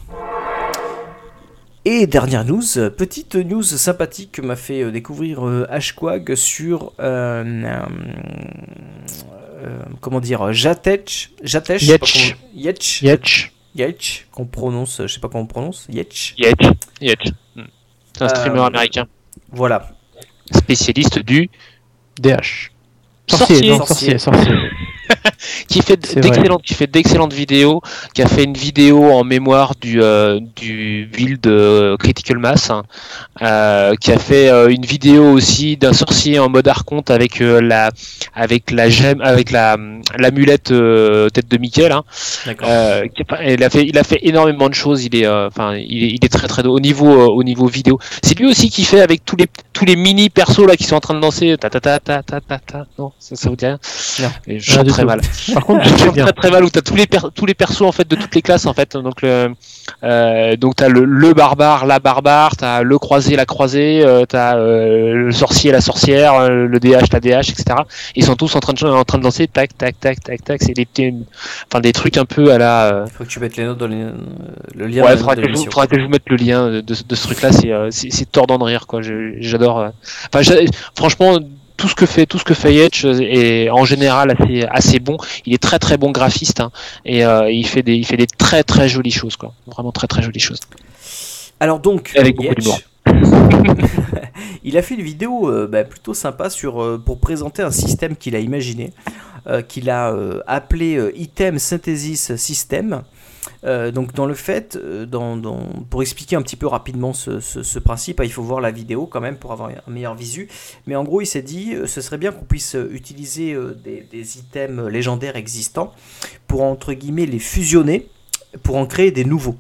Et dernière news, euh, petite news sympathique que m'a fait euh, découvrir euh, Hquag sur euh, euh, euh, comment dire Jatech, Jatech, je sais pas Yetch. comment- Yetch, Yetch. Yetch, qu'on prononce, je sais pas comment on prononce, Yetch. Yetch. Yetch. Mm. C'est un Euh, streamer américain, Voilà. spécialiste du D H. Sorcier. Sorcier, non, Sorcier. sorcier, sorcier. qui fait C'est d'excellentes qui fait d'excellentes vidéos, qui a fait une vidéo en mémoire du euh, du build euh, Critical Mass, hein, euh, qui a fait euh, une vidéo aussi d'un sorcier en mode archonte avec euh, la avec la gemme avec la l'amulette euh, tête de Mickey là. D'accord. Euh, qui est pas- il a fait il a fait énormément de choses, il est euh, enfin il, est, il est très très au niveau euh, au niveau vidéo. C'est lui aussi qui fait avec tous les tous les mini persos là qui sont en train de danser ta ta ta ta ta ta, ta. Non, ça, ça vous dit rien? Non. Et je Rien chante du très tout. mal. Par contre, Je je chante bien. très très mal où t'as tous les per- tous les persos en fait de toutes les classes en fait. Donc le euh, donc t'as le, le barbare, la barbare, t'as le croisé, la croisée, euh, t'as euh, le sorcier, la sorcière, euh, le D H, la D H, et cetera. Ils sont tous en train de en train de danser tac tac tac tac tac. C'est des petits, enfin des trucs un peu à la. Euh, Il faut que tu mettes les notes dans les, euh, le lien ouais, dans les faudra notes de que, je, l'émission. faudra que je vous mette le lien de, de, de ce truc-là. C'est euh, c'est c'est tordant de rire quoi. Je- J'adore. euh. Enfin, j'a- franchement. Tout ce que fait, tout ce que fait Yetch est en général assez, assez bon. Il est très très bon graphiste hein, et euh, il fait des, il fait des très très jolies choses quoi. Vraiment très très jolies choses. Alors donc, Avec beaucoup Yetch, d'humour. il a fait une vidéo euh, bah, plutôt sympa sur, euh, pour présenter un système qu'il a imaginé, euh, qu'il a euh, appelé euh, Item Synthesis System. Euh, donc dans le fait, euh, dans, dans- pour expliquer un petit peu rapidement ce, ce- ce principe, hein, il faut voir la vidéo quand même pour avoir un meilleur visu. Mais en gros, il s'est dit, euh, ce serait bien qu'on puisse euh, utiliser euh, des, des items légendaires existants pour entre guillemets les fusionner, pour en créer des nouveaux.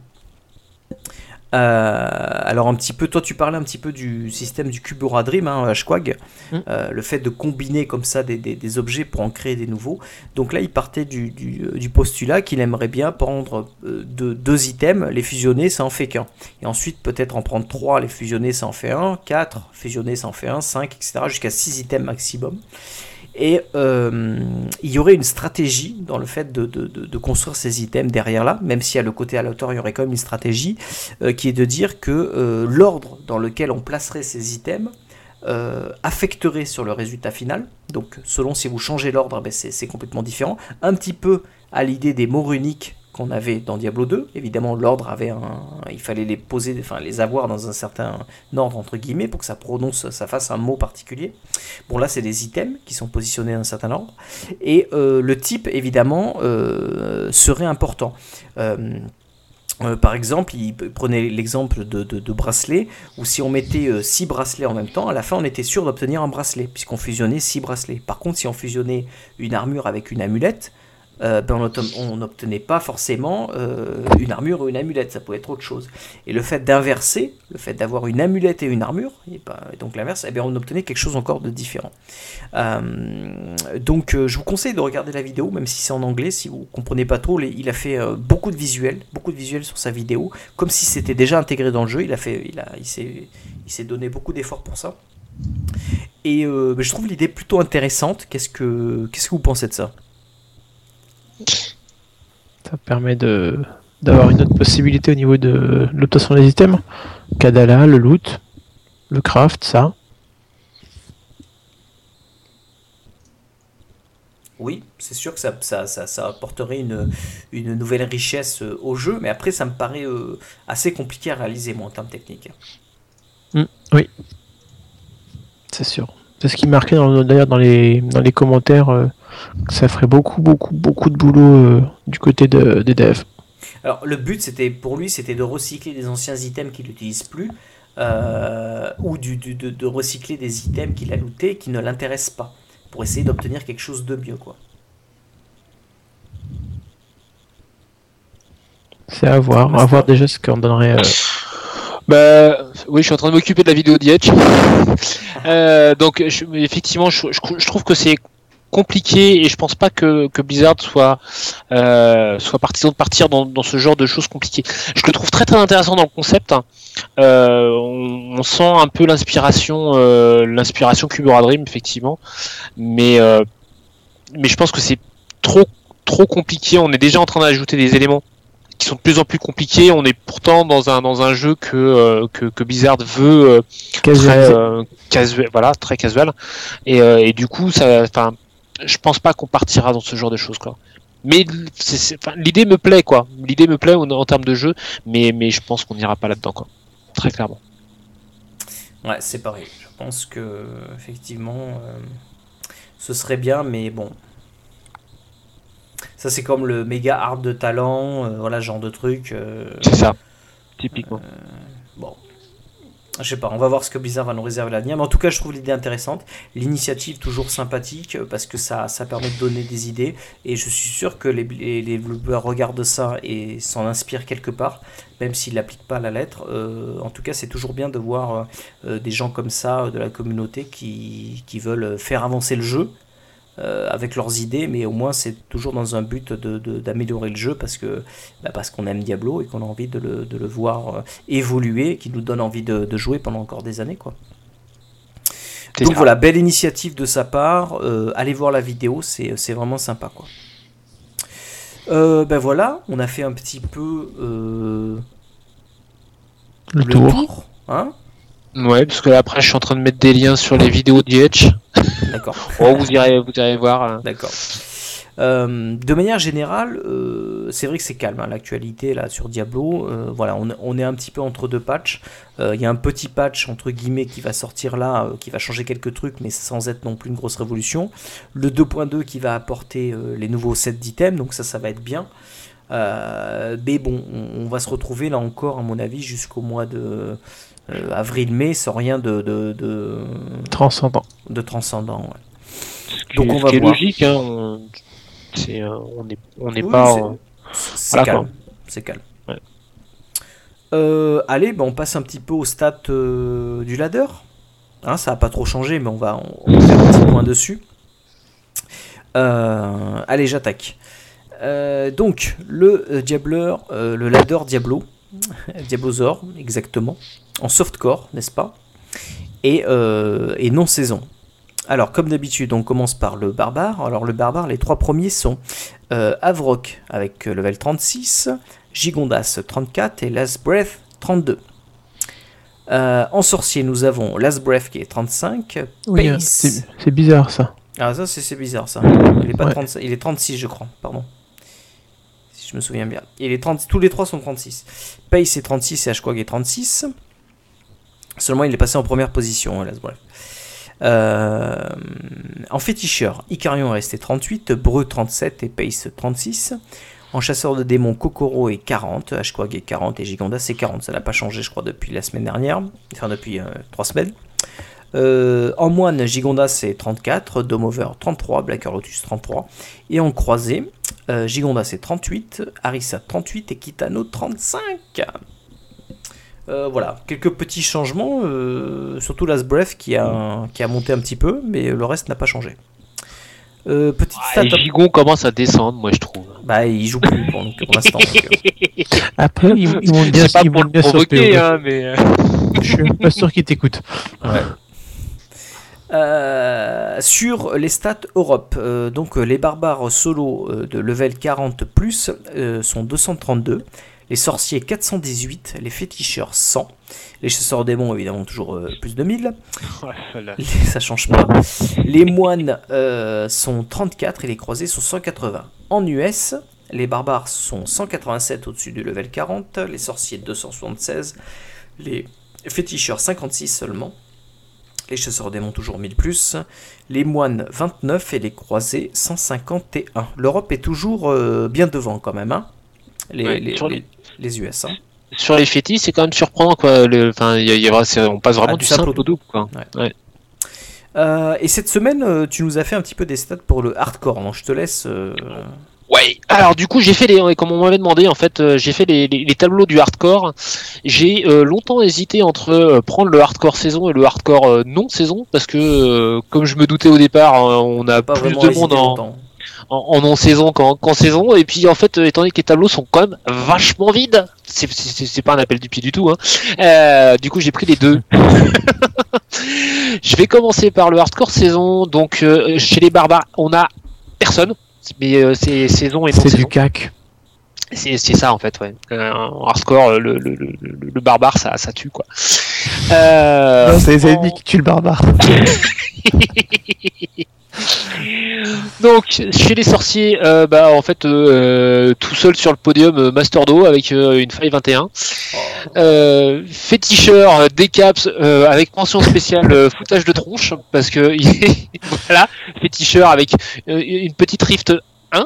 Euh, alors un petit peu, toi tu parlais un petit peu du système du Cubura Dream, hein, Hquag, Mm. euh, le fait de combiner comme ça des, des- des objets pour en créer des nouveaux. Donc là il partait du, du- du postulat qu'il aimerait bien prendre euh, de, deux items, les fusionner ça en fait qu'un. Et ensuite peut-être en prendre trois, les fusionner ça en fait un, quatre, fusionner ça en fait un, cinq, et cetera jusqu'à six items maximum. Et euh, il y aurait une stratégie dans le fait de, de- de- de construire ces items derrière là, même si à le côté aléatoire il y aurait quand même une stratégie euh, qui est de dire que euh, l'ordre dans lequel on placerait ces items euh, affecterait sur le résultat final. Donc selon si vous changez l'ordre, ben, c'est c'est complètement différent. Un petit peu à l'idée des mots runiques qu'on avait dans Diablo deux. Évidemment, l'ordre avait un, il fallait les poser, enfin les avoir dans un certain ordre entre guillemets pour que ça prononce, ça fasse un mot particulier. Bon là, c'est des items qui sont positionnés dans un certain ordre et euh, le type évidemment euh, serait important. Euh, euh, par exemple, il prenait l'exemple de, de, de bracelets, où si on mettait six bracelets en même temps, à la fin on était sûr d'obtenir un bracelet, puisqu'on fusionnait six bracelets. Par contre, si on fusionnait une armure avec une amulette, euh, ben on n'obtenait pas forcément euh, une armure ou une amulette, ça pouvait être autre chose. Et le fait d'inverser, le fait d'avoir une amulette et une armure, et, ben, et donc l'inverse, eh bien on obtenait quelque chose encore de différent. Euh, donc euh, je vous conseille de regarder la vidéo, même si c'est en anglais, si vous comprenez pas trop, les, il a fait euh, beaucoup de visuels, beaucoup de visuels sur sa vidéo, comme si c'était déjà intégré dans le jeu, il a fait, il a, il s'est, il s'est donné beaucoup d'efforts pour ça. Et euh, ben, je trouve l'idée plutôt intéressante. Qu'est-ce que, qu'est-ce que vous pensez de ça? Ça permet de d'avoir une autre possibilité au niveau de l'obtention des items. Kadala, le loot, le craft, ça. Oui, c'est sûr que ça, ça, ça, ça apporterait une, une nouvelle richesse euh, au jeu, mais après ça me paraît euh, assez compliqué à réaliser moi en termes techniques. Mm, oui, c'est sûr. C'est ce qui marquait dans, d'ailleurs dans les, dans les commentaires, euh, que ça ferait beaucoup, beaucoup, beaucoup de boulot euh, du côté de, des devs. Alors le but c'était pour lui c'était de recycler des anciens items qu'il n'utilise plus, euh, ou du, du, de, de recycler des items qu'il a lootés et qui ne l'intéressent pas, pour essayer d'obtenir quelque chose de mieux, quoi. C'est à voir, Master. à voir déjà ce qu'on donnerait. Euh... Bah, oui, je suis en train de m'occuper de la vidéo d'Yetch. euh, donc, je, effectivement, je, je, je trouve que c'est compliqué et je pense pas que, que Blizzard soit, euh, soit partisan de partir dans, dans ce genre de choses compliquées. Je le trouve très très intéressant dans le concept. Hein. Euh, on, on sent un peu l'inspiration, euh, l'inspiration Cubera Dream, effectivement, mais euh, mais je pense que c'est trop trop compliqué. On est déjà en train d'ajouter des éléments qui sont de plus en plus compliqués. On est pourtant dans un dans un jeu que euh, que, que Blizzard veut euh, très euh, casual, voilà, très casual. Et, euh, et du coup, ça, enfin, je pense pas qu'on partira dans ce genre de choses, quoi. Mais c'est, c'est, enfin, l'idée me plaît, quoi. L'idée me plaît en, en termes de jeu, mais mais je pense qu'on n'ira pas là-dedans, quoi. Très clairement. Ouais, c'est pareil. Je pense que effectivement, euh, ce serait bien, mais bon. Ça, c'est comme le méga arbre de talent, euh, voilà, genre de truc. Euh, c'est ça, typiquement. Euh, bon, je sais pas, on va voir ce que Blizzard va nous réserver à l'avenir. Mais en tout cas, je trouve l'idée intéressante. L'initiative toujours sympathique parce que ça, ça permet de donner des idées. Et je suis sûr que les, les, les développeurs regardent ça et s'en inspirent quelque part, même s'ils l'appliquent pas à la lettre. Euh, en tout cas, c'est toujours bien de voir euh, des gens comme ça de la communauté qui, qui veulent faire avancer le jeu. Euh, avec leurs idées, mais au moins c'est toujours dans un but de, de, d'améliorer le jeu parce que bah parce qu'on aime Diablo et qu'on a envie de le, de le voir euh, évoluer, qui nous donne envie de, de jouer pendant encore des années, quoi. C'est Donc ça. Voilà, belle initiative de sa part. Euh, allez voir la vidéo, c'est, c'est vraiment sympa, quoi. Euh, ben voilà, on a fait un petit peu euh, le, le tour, tour hein. Ouais, parce que là, après, je suis en train de mettre des liens sur les vidéos d'Yetch. D'accord. Oh, vous irez, vous irez voir. Hein. D'accord. Euh, de manière générale, euh, c'est vrai que c'est calme, hein, l'actualité là sur Diablo. Euh, voilà, on, on est un petit peu entre deux patchs. Il euh, y a un petit patch entre guillemets qui va sortir là, euh, qui va changer quelques trucs, mais sans être non plus une grosse révolution. Le deux point deux qui va apporter euh, les nouveaux sets d'items, donc ça, ça va être bien. Euh, mais bon, on, on va se retrouver là encore, à mon avis, jusqu'au mois de Euh, avril-mai sans rien de, de, de transcendant. De transcendant ouais. Ce Donc qui, on ce va qui est voir. logique, hein, on, c'est, euh, on n'est on n'est oui, pas. C'est, en... c'est voilà, calme. quoi. C'est calme. Ouais. Euh, allez, ben on passe un petit peu aux stats euh, du ladder. Hein, ça n'a pas trop changé, mais on va, on va faire un petit point dessus. Euh, allez, j'attaque. Euh, donc, le euh, Diabler, euh, le ladder Diablo. Diablosaur, exactement, en softcore, n'est-ce pas, et, euh, et non saison. Alors, comme d'habitude, on commence par le barbare. Alors, le barbare, les trois premiers sont euh, Avrok avec euh, level trente-six, Gigondas trente-quatre et Last Breath trente-deux. Euh, en sorcier, nous avons Last Breath qui est trente-cinq. Oui, Pace... c'est, c'est bizarre ça. Ah, ça, c'est, c'est bizarre ça. Il est pas Ouais. trente-cinq, il est trente-six, je crois, pardon. Je me souviens bien. Et les trente, tous les trois sont trente-six. Pace est trente-six et Ashquag est trente-six. Seulement, il est passé en première position, hélas, bref. Euh, en féticheur, Icarion est resté trente-huit, Breu trente-sept et Pace trente-six. En chasseur de démons, Kokoro est quarante, Ashquag est quarante et Gigondas est quarante. Ça n'a pas changé, je crois, depuis la semaine dernière. Enfin, depuis euh, trois semaines. Euh, en moine, Gigondas est trente-quatre, Domover trente-trois, Blacker Lotus trente-trois. Et en croisé, euh, Gigondas est trente-huit, Arissa trente-huit et Kitano trente-cinq. Euh, voilà, quelques petits changements, euh, surtout Last Breath qui a, qui a monté un petit peu, mais le reste n'a pas changé. Euh, petite stat. Ah, et Gigon commence à descendre, moi je trouve. Bah, il joue plus pour, donc, pour l'instant. Donc, euh... Après, ils, ils vont bien, C'est pas ils pour vont le bien sur provoquer, P O E. hein, mais. euh, Je suis pas sûr qu'ils t'écoutent. Ouais. Euh, sur les stats Europe, euh, donc euh, les barbares solo euh, de level quarante plus euh, sont deux cent trente-deux, les sorciers quatre cent dix-huit, les féticheurs cent, les chasseurs démons évidemment toujours euh, plus de mille, les, ça change pas, les moines euh, sont trente-quatre et les croisés sont cent quatre-vingts. En U S, les barbares sont cent quatre-vingt-sept au-dessus du level quarante, les sorciers deux cent soixante-seize, les féticheurs cinquante-six seulement, les chasseurs démons toujours mille plus, les moines vingt-neuf et les croisés cent cinquante et un. L'Europe est toujours euh, bien devant quand même, hein, les, Ouais, les, sur les, les U S. Hein. Sur les fétiches, c'est quand même surprenant, quoi. Le- Enfin, il y a, il y a- c'est- on passe vraiment Ah, du du simple simple au double, quoi. Ouais. Ouais. Euh, et cette semaine, euh, tu nous as fait un petit peu des stats pour le hardcore, donc je te laisse... euh, Ouais. Alors du coup, j'ai fait les, comme on m'avait demandé, en fait, euh, j'ai fait les, les, les tableaux du hardcore. J'ai euh, longtemps hésité entre euh, prendre le hardcore saison et le hardcore euh, non saison, parce que euh, comme je me doutais au départ, euh, on a pas plus vraiment de hésité monde en, longtemps. en, en non saison qu'en, qu'en saison. Et puis en fait, euh, étant donné que les tableaux sont quand même vachement vides, c'est, c'est, c'est pas un appel du pied du tout. Hein. Euh, du coup, j'ai pris les deux. Je vais commencer par le hardcore saison. Donc euh, chez les barbares, on a personne. Mais euh, c'est saison et non C'est saison. du cac. C'est, c'est ça en fait, ouais. Euh, en hardcore, le, le, le, le, le barbare, ça, ça tue quoi. Euh, Non, c'est les en- ennemis qui tuent le barbare. Donc chez les sorciers, euh, bah en fait euh, tout seul sur le podium, euh, Master Do avec euh, une faille vingt et un. Euh, féticheur, euh, décaps euh, avec mention spéciale euh, foutage de tronche parce que voilà, féticheur avec euh, une petite rift un.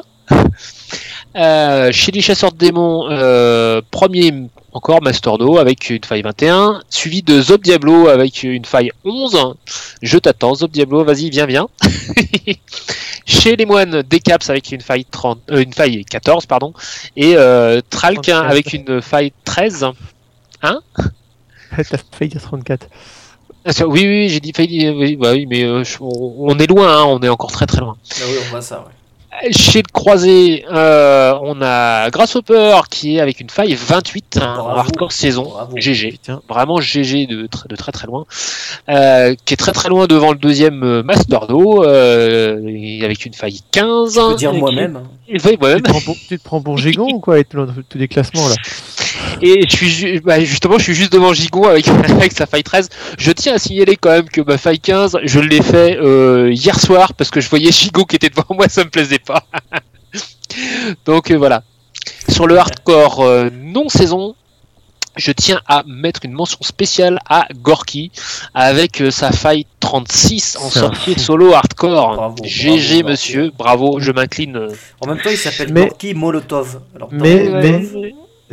Euh, chez les chasseurs de démons, euh, premier encore Master Do avec une faille vingt et un, suivi de Zob Diablo avec une faille onze. Je t'attends, Zob Diablo, vas-y, viens, viens. Chez les moines, Decaps avec une faille trente, euh, une faille quatorze, pardon, et euh, Tralk hein, trente-quatre. avec une faille treize. Hein? T'as failli dire trente-quatre. Ah, ça- Oui, oui, j'ai dit faille, oui, bah oui, mais euh, je- on, on est loin, hein, on est encore très très loin. Ah oui, on voit ça, ouais. Chez le croisé, euh, on a Grasshopper qui est avec une faille vingt-huit hein, en Bravo. hardcore saison. Bravo. G G. Putain. Vraiment G G de, tr- de très très loin. Euh, qui est très très loin devant le deuxième euh, Master Do, euh, et avec une faille quinze. Je peux dire Et moi-même. hein. qui- Oui, moi-même. Tu te prends pour, tu te prends pour Gigon ou quoi avec tous tous les classements là? Et je suis ju- bah, justement, je suis juste devant Gigon avec, avec sa faille treize. Je tiens à signaler quand même que ma faille quinze, je l'ai fait euh, hier soir parce que je voyais Gigon qui était devant moi, ça me plaisait pas. Donc euh, voilà. Sur le hardcore euh, non saison, je tiens à mettre une mention spéciale à Gorky avec euh, sa faille trente-six en C'est un sorcier fou. solo hardcore. Bravo, G G bravo, monsieur, bravo, je m'incline. euh. En même temps, il s'appelle Mais- Gorky Molotov. Alors, Mais- dans- mais-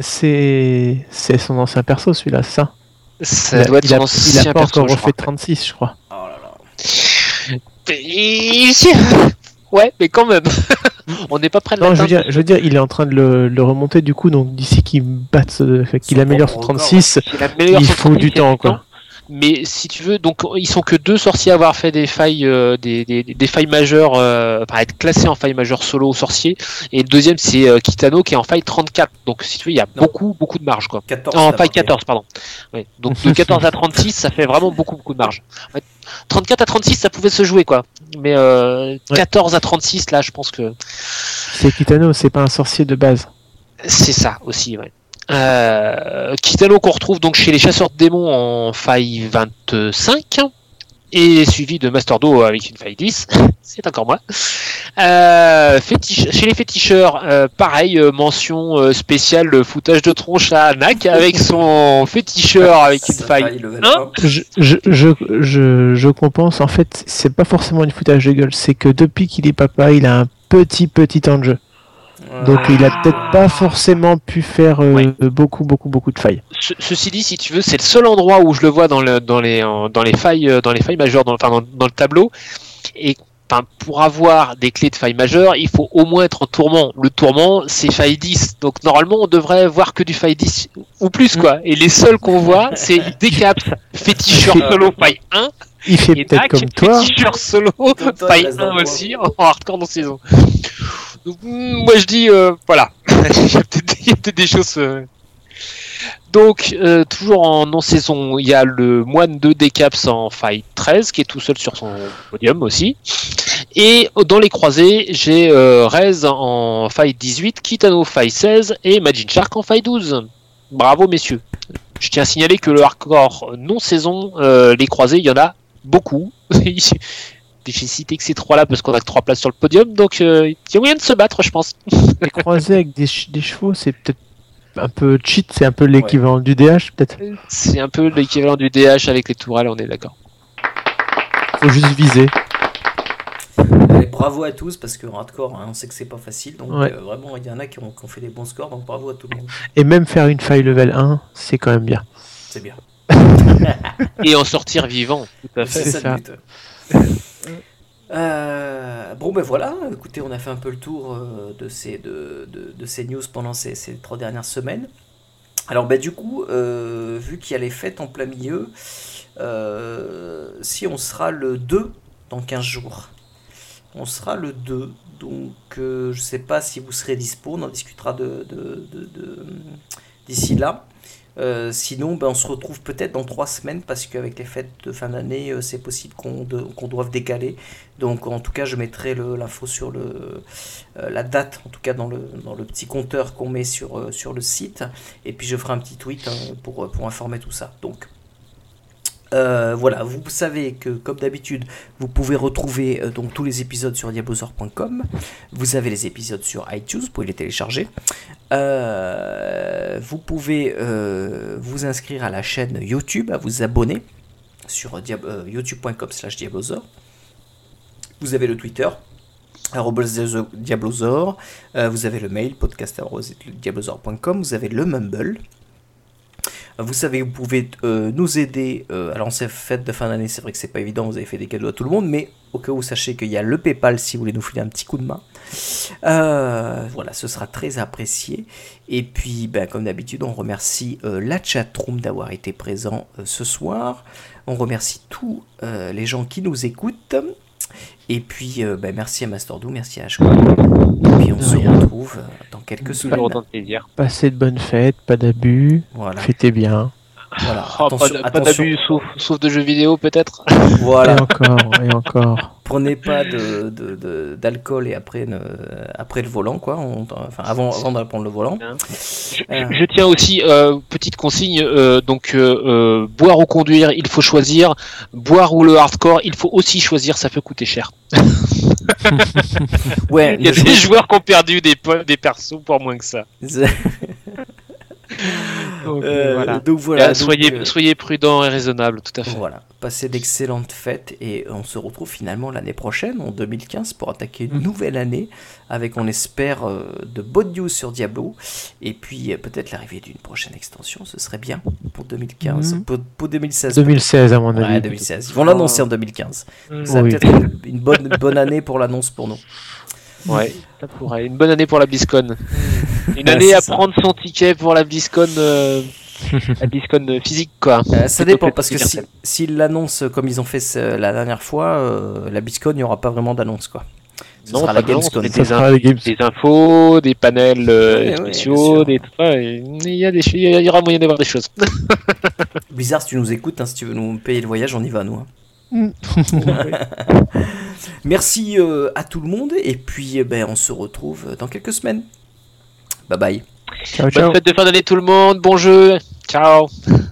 C'est c'est son ancien perso celui-là, c'est ça. Ça il a, doit être il a- son il a ancien pas perso, encore je refait crois. trente-six, je crois. Oh là là. Et- Ouais, mais quand même. On n'est pas près de Non, je veux l'atteindre. dire, je veux dire, il est en train de le, le remonter du coup, donc d'ici qu'il batte, ce- fait qu'il Son améliore son propre record, trente-six, C'est la meilleure il sortie faut du qu'il y a temps, eu quoi. Mais si tu veux, donc ils sont que deux sorciers à avoir fait des failles, euh, des, des, des failles majeures, euh, enfin être classés en faille majeure solo sorcier. Et le deuxième c'est euh, Kitano qui est en faille trente-quatre. Donc si tu veux, il y a Non. beaucoup beaucoup de marge quoi. quatorze. En t'as faille marqué. quatorze, pardon. Ouais. Donc de quatorze à trente-six, ça fait vraiment beaucoup beaucoup de marge. Ouais. trente-quatre à trente-six, ça pouvait se jouer quoi. Mais euh, Ouais. quatorze à trente-six, là, je pense que c'est Kitano, c'est pas un sorcier de base. c'est ça aussi, ouais. Euh, Kitano qu'on retrouve donc chez les chasseurs de démons en faille vingt-cinq et suivi de Master Do avec une faille dix, c'est encore moi. Euh, fétiche, chez les féticheurs, euh, pareil, euh, mention euh, spéciale euh, foutage de tronche à Nak avec son féticheur avec une Ça faille. level Hein un. Je, je, je, je, je compense, en fait, c'est pas forcément une foutage de gueule, c'est que depuis qu'il est papa, il a un petit petit temps de jeu. Donc il a peut-être pas forcément pu faire euh, Ouais. beaucoup beaucoup beaucoup de failles. Ce- ceci dit, si tu veux, c'est le seul endroit où je le vois dans, le, dans, les, en- dans les failles, euh, dans les failles majeures, dans, enfin, dans, dans le tableau. Et enfin, pour avoir des clés de failles majeures, il faut au moins être en tourment. Le tourment, c'est faille dix. Donc normalement, on devrait voir que du faille dix ou plus, quoi. Et les seuls qu'on voit, c'est Decaps, féticheur solo faille un, Il fait et peut-être Dak, comme toi. féticheur solo Comme toi, il faille reste dans un le aussi, en hardcore dans saison. Donc, mm, moi je dis, euh, voilà. il y a peut-être il y a peut-être des choses. euh, Donc, euh, toujours en non-saison, il y a le moine de Decaps en faille treize, qui est tout seul sur son podium aussi. Et dans les croisés, j'ai euh, Rez en faille dix-huit, Kitano faille seize et Majin Shark en faille douze. Bravo, messieurs. Je tiens à signaler que le hardcore non-saison, euh, les croisés, il y en a beaucoup. J'ai cité que ces trois-là parce qu'on a que trois places sur le podium, donc il euh, y a moyen de se battre, je pense. Les croisés avec des, ch- des chevaux, c'est peut-être un peu cheat, c'est un peu l'équivalent ouais. du D H, peut-être. C'est un peu l'équivalent du D H avec les tourelles, on est d'accord. Faut juste viser. Allez, bravo à tous, parce que hardcore, hein, on sait que c'est pas facile, donc ouais. euh, vraiment, il y en a qui ont, qui ont fait des bons scores, donc bravo à tout le monde. Et même faire une faille level un, c'est quand même bien. C'est bien. Et en sortir vivant, tout à fait. C'est, c'est ça, ça. Le but. Euh, bon ben voilà, écoutez, on a fait un peu le tour euh, de, ces, de, de, de ces news pendant ces, ces trois dernières semaines. Alors ben du coup, euh, vu qu'il y a les fêtes en plein milieu, euh, si on sera le deux dans quinze jours, on sera le deux, donc euh, je sais pas si vous serez dispo, on en discutera de, de, de, de, d'ici là. Euh, sinon, ben, on se retrouve peut-être dans trois semaines parce qu'avec les fêtes de fin d'année, euh, c'est possible qu'on, de, qu'on doive décaler. Donc, en tout cas, je mettrai le, l'info sur le, euh, la date, en tout cas dans le, dans le petit compteur qu'on met sur, euh, sur le site. Et puis, je ferai un petit tweet hein, pour, pour informer tout ça. Donc, euh, voilà, vous savez que comme d'habitude, vous pouvez retrouver euh, donc tous les épisodes sur diablosaur point com. Vous avez les épisodes sur iTunes, vous pouvez les télécharger. Euh, vous pouvez euh, vous inscrire à la chaîne YouTube, à vous abonner sur diab- euh, youtube point com slash diablosaur. Vous avez le Twitter arobase diablosaur, euh, vous avez le mail podcast arobase diablosaur point com, vous avez le Mumble. Vous savez, vous pouvez euh, nous aider. Euh, alors, c'est fête de fin d'année, c'est vrai que c'est pas évident, vous avez fait des cadeaux à tout le monde, mais au cas où, sachez qu'il y a le PayPal si vous voulez nous filer un petit coup de main. Euh, voilà, ce sera très apprécié. Et puis, ben, comme d'habitude, on remercie euh, la chatroom d'avoir été présent euh, ce soir. On remercie tous euh, les gens qui nous écoutent. Et puis, euh, ben, merci à Masterdoo, merci à Ashko. Et puis, on se retrouve euh, dans quelques semaines. Toujours autant de plaisir. Passez de bonnes fêtes, pas d'abus, voilà. Fêtez bien. Voilà. Oh, attention, pas, de, pas attention. d'abus, sauf, sauf de jeux vidéo peut-être. Voilà. Et encore, et encore. Prenez pas de, de, de, d'alcool et après, ne, après le volant, quoi. On, enfin, avant, avant de prendre le volant. Je, euh... je tiens aussi, euh, petite consigne, euh, donc euh, euh, boire ou conduire, il faut choisir. Boire ou le hardcore, il faut aussi choisir, ça peut coûter cher. Ouais, il y a des joueur... joueurs qui ont perdu des, des persos pour moins que ça. Donc, euh, voilà. donc voilà. Donc, soyez, euh, soyez prudents et raisonnables, tout à fait. Voilà. Passez d'excellentes fêtes et on se retrouve finalement l'année prochaine, en deux mille quinze, pour attaquer une mmh. nouvelle année avec, on espère, euh, de bonnes news sur Diablo et puis euh, peut-être l'arrivée d'une prochaine extension. Ce serait bien pour deux mille quinze, mmh. pour, pour deux mille seize. deux mille seize à mon avis. Ouais, deux mille seize. Ils vont l'annoncer en deux mille quinze. Mmh. Ça va oui. peut-être une, une bonne, bonne année pour l'annonce pour nous. Ouais, ça pourrait. Une bonne année pour la BlizzCon. Une année ouais, à ça. Prendre son ticket pour la BlizzCon, euh, la BlizzCon physique, quoi. Euh, ça dépend, parce que si, s'ils l'annoncent comme ils ont fait ce, la dernière fois, euh, la BlizzCon, il n'y aura pas vraiment d'annonce, quoi. Ce non, sera la Gamescom. Des, des, inf- Games. des infos, des panels euh, ouais, spéciaux, ouais, des trucs. Il y a des, il y aura moyen d'avoir des choses. Blizzard, si tu nous écoutes, hein, si tu veux nous payer le voyage, on y va, nous. Hein. Merci euh, à tout le monde et puis eh ben, on se retrouve dans quelques semaines. Bye bye. Ciao, ciao. Bonne fête de fin d'année tout le monde, bon jeu, ciao.